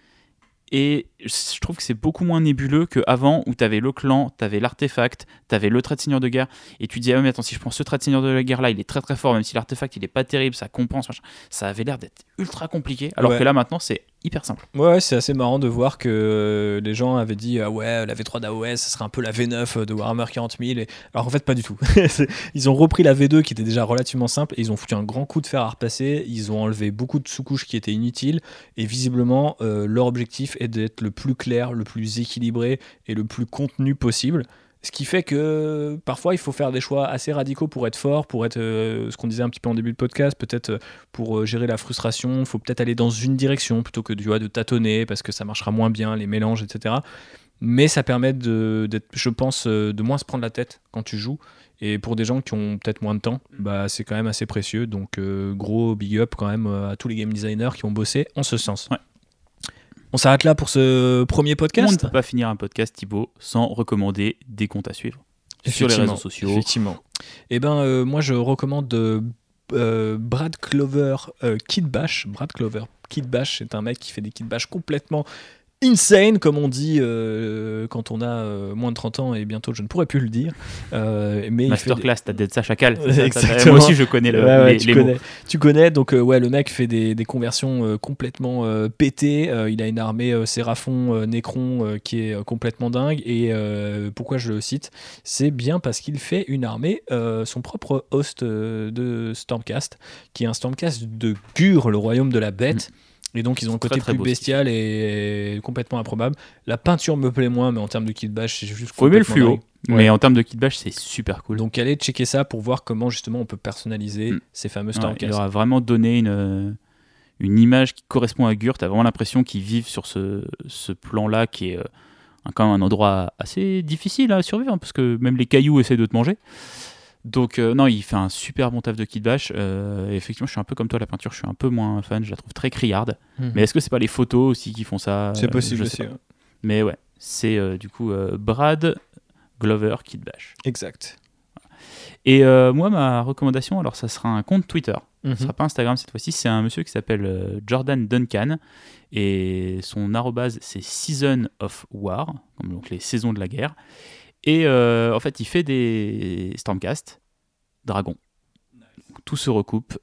Et je trouve que c'est beaucoup moins nébuleux qu'avant où tu avais le clan, tu avais l'artefact, tu avais le trait de seigneur de guerre et tu disais mais attends, si je prends ce trait de seigneur de la guerre là il est très très fort même si l'artefact il est pas terrible, ça compense machin. Ça avait l'air d'être ultra compliqué alors que là maintenant c'est hyper simple. Ouais, c'est assez marrant de voir que les gens avaient dit la V3 d'AOS ça serait un peu la V9 de Warhammer 40 000 alors en fait pas du tout. Ils ont repris la V2 qui était déjà relativement simple et ils ont foutu un grand coup de fer à repasser, ils ont enlevé beaucoup de sous-couches qui étaient inutiles et visiblement leur objectif est d'être le plus clair, le plus équilibré et le plus contenu possible. Ce qui fait que parfois il faut faire des choix assez radicaux pour être fort, pour être ce qu'on disait un petit peu en début de podcast, peut-être pour gérer la frustration, il faut peut-être aller dans une direction plutôt que de tâtonner parce que ça marchera moins bien, les mélanges, etc. Mais ça permet d'être, je pense, de moins se prendre la tête quand tu joues. Et pour des gens qui ont peut-être moins de temps, c'est quand même assez précieux. Donc gros big up quand même à tous les game designers qui ont bossé en ce sens. Ouais. On s'arrête là pour ce premier podcast. On ne peut pas finir un podcast, Thibaut, sans recommander des comptes à suivre sur les réseaux sociaux. Effectivement. Et moi, je recommande Brad Clover Kid Bash. Brad Clover Kid Bash, c'est un mec qui fait des Kid Bash complètement insane, comme on dit quand on a moins de 30 ans, et bientôt je ne pourrai plus le dire. Mais Masterclass, t'as d'être ça chacal. Exactement. Moi aussi, je connais les mots. Tu connais, donc le mec fait des conversions complètement pétées. Il a une armée Séraphon, Nécron qui est complètement dingue. Et pourquoi je le cite ? C'est bien parce qu'il fait une armée, son propre host de Stormcast, qui est un Stormcast de Gur, le royaume de la bête. Et donc ils ont un côté plus bestial et complètement improbable. La peinture me plaît moins, mais en termes de kit bash, c'est juste faut aimer le fluo. Mais en termes de kit bash, c'est super cool. Donc allez checker ça pour voir comment justement on peut personnaliser ces fameux Stormcast. Il leur a vraiment donné une image qui correspond à Gur. T'as vraiment l'impression qu'ils vivent sur ce plan-là qui est quand même un endroit assez difficile à survivre, hein, parce que même les cailloux essaient de te manger. Donc non, il fait un super bon taf de kit bash. Effectivement, je suis un peu comme toi, la peinture, je suis un peu moins fan, je la trouve très criarde. Mais est-ce que c'est pas les photos aussi qui font ça ? C'est possible aussi. Mais ouais, c'est du coup Brad Glover Kit Bash. Exact. Et moi, ma recommandation, alors ça sera un compte Twitter. Ce sera pas Instagram cette fois-ci, c'est un monsieur qui s'appelle Jordan Duncan. Et son arrobase, c'est Season of War, donc les saisons de la guerre. Et en fait, il fait des Stormcast, Dragon. Tout se recoupe.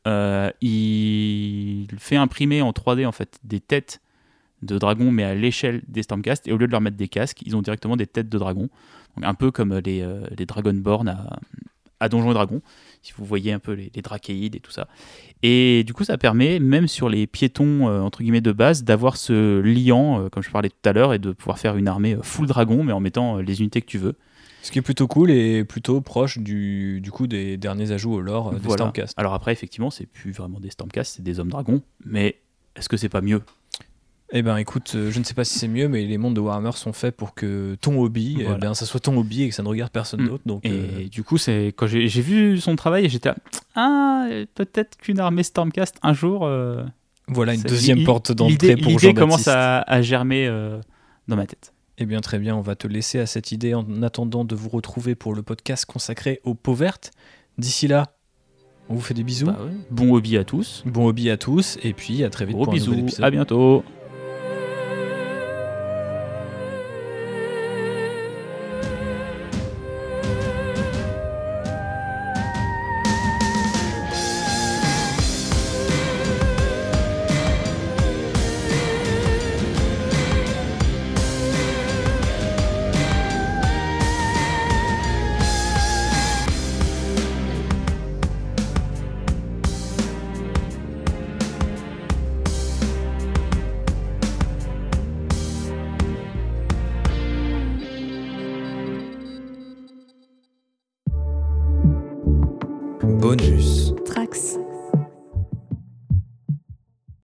Il fait imprimer en 3D en fait, des têtes de dragons, mais à l'échelle des Stormcast. Et au lieu de leur mettre des casques, ils ont directement des têtes de dragons. Donc, un peu comme les Dragonborn à Donjons et Dragons, si vous voyez un peu les Drachéides et tout ça. Et du coup, ça permet, même sur les piétons entre guillemets de base, d'avoir ce liant, comme je parlais tout à l'heure, et de pouvoir faire une armée full dragon, mais en mettant les unités que tu veux. Ce qui est plutôt cool et plutôt proche du coup des derniers ajouts au lore des Stormcast. Alors après, effectivement, c'est plus vraiment des Stormcast, c'est des hommes dragons, mais est-ce que c'est pas mieux ? Eh ben écoute, je ne sais pas si c'est mieux, mais les mondes de Warhammer sont faits pour que ton hobby, ça soit ton hobby et que ça ne regarde personne d'autre. Donc, et du coup, c'est quand j'ai vu son travail, j'étais peut-être qu'une armée Stormcast un jour. Voilà une deuxième porte d'entrée pour Jean-Baptiste. L'idée commence à germer dans ma tête. Eh bien très bien, on va te laisser à cette idée en attendant de vous retrouver pour le podcast consacré aux peaux vertes. D'ici là, on vous fait des bisous. Bon hobby à tous. Bon hobby à tous et puis à très vite pour un nouvel épisode. À bientôt. Bonus. Trax.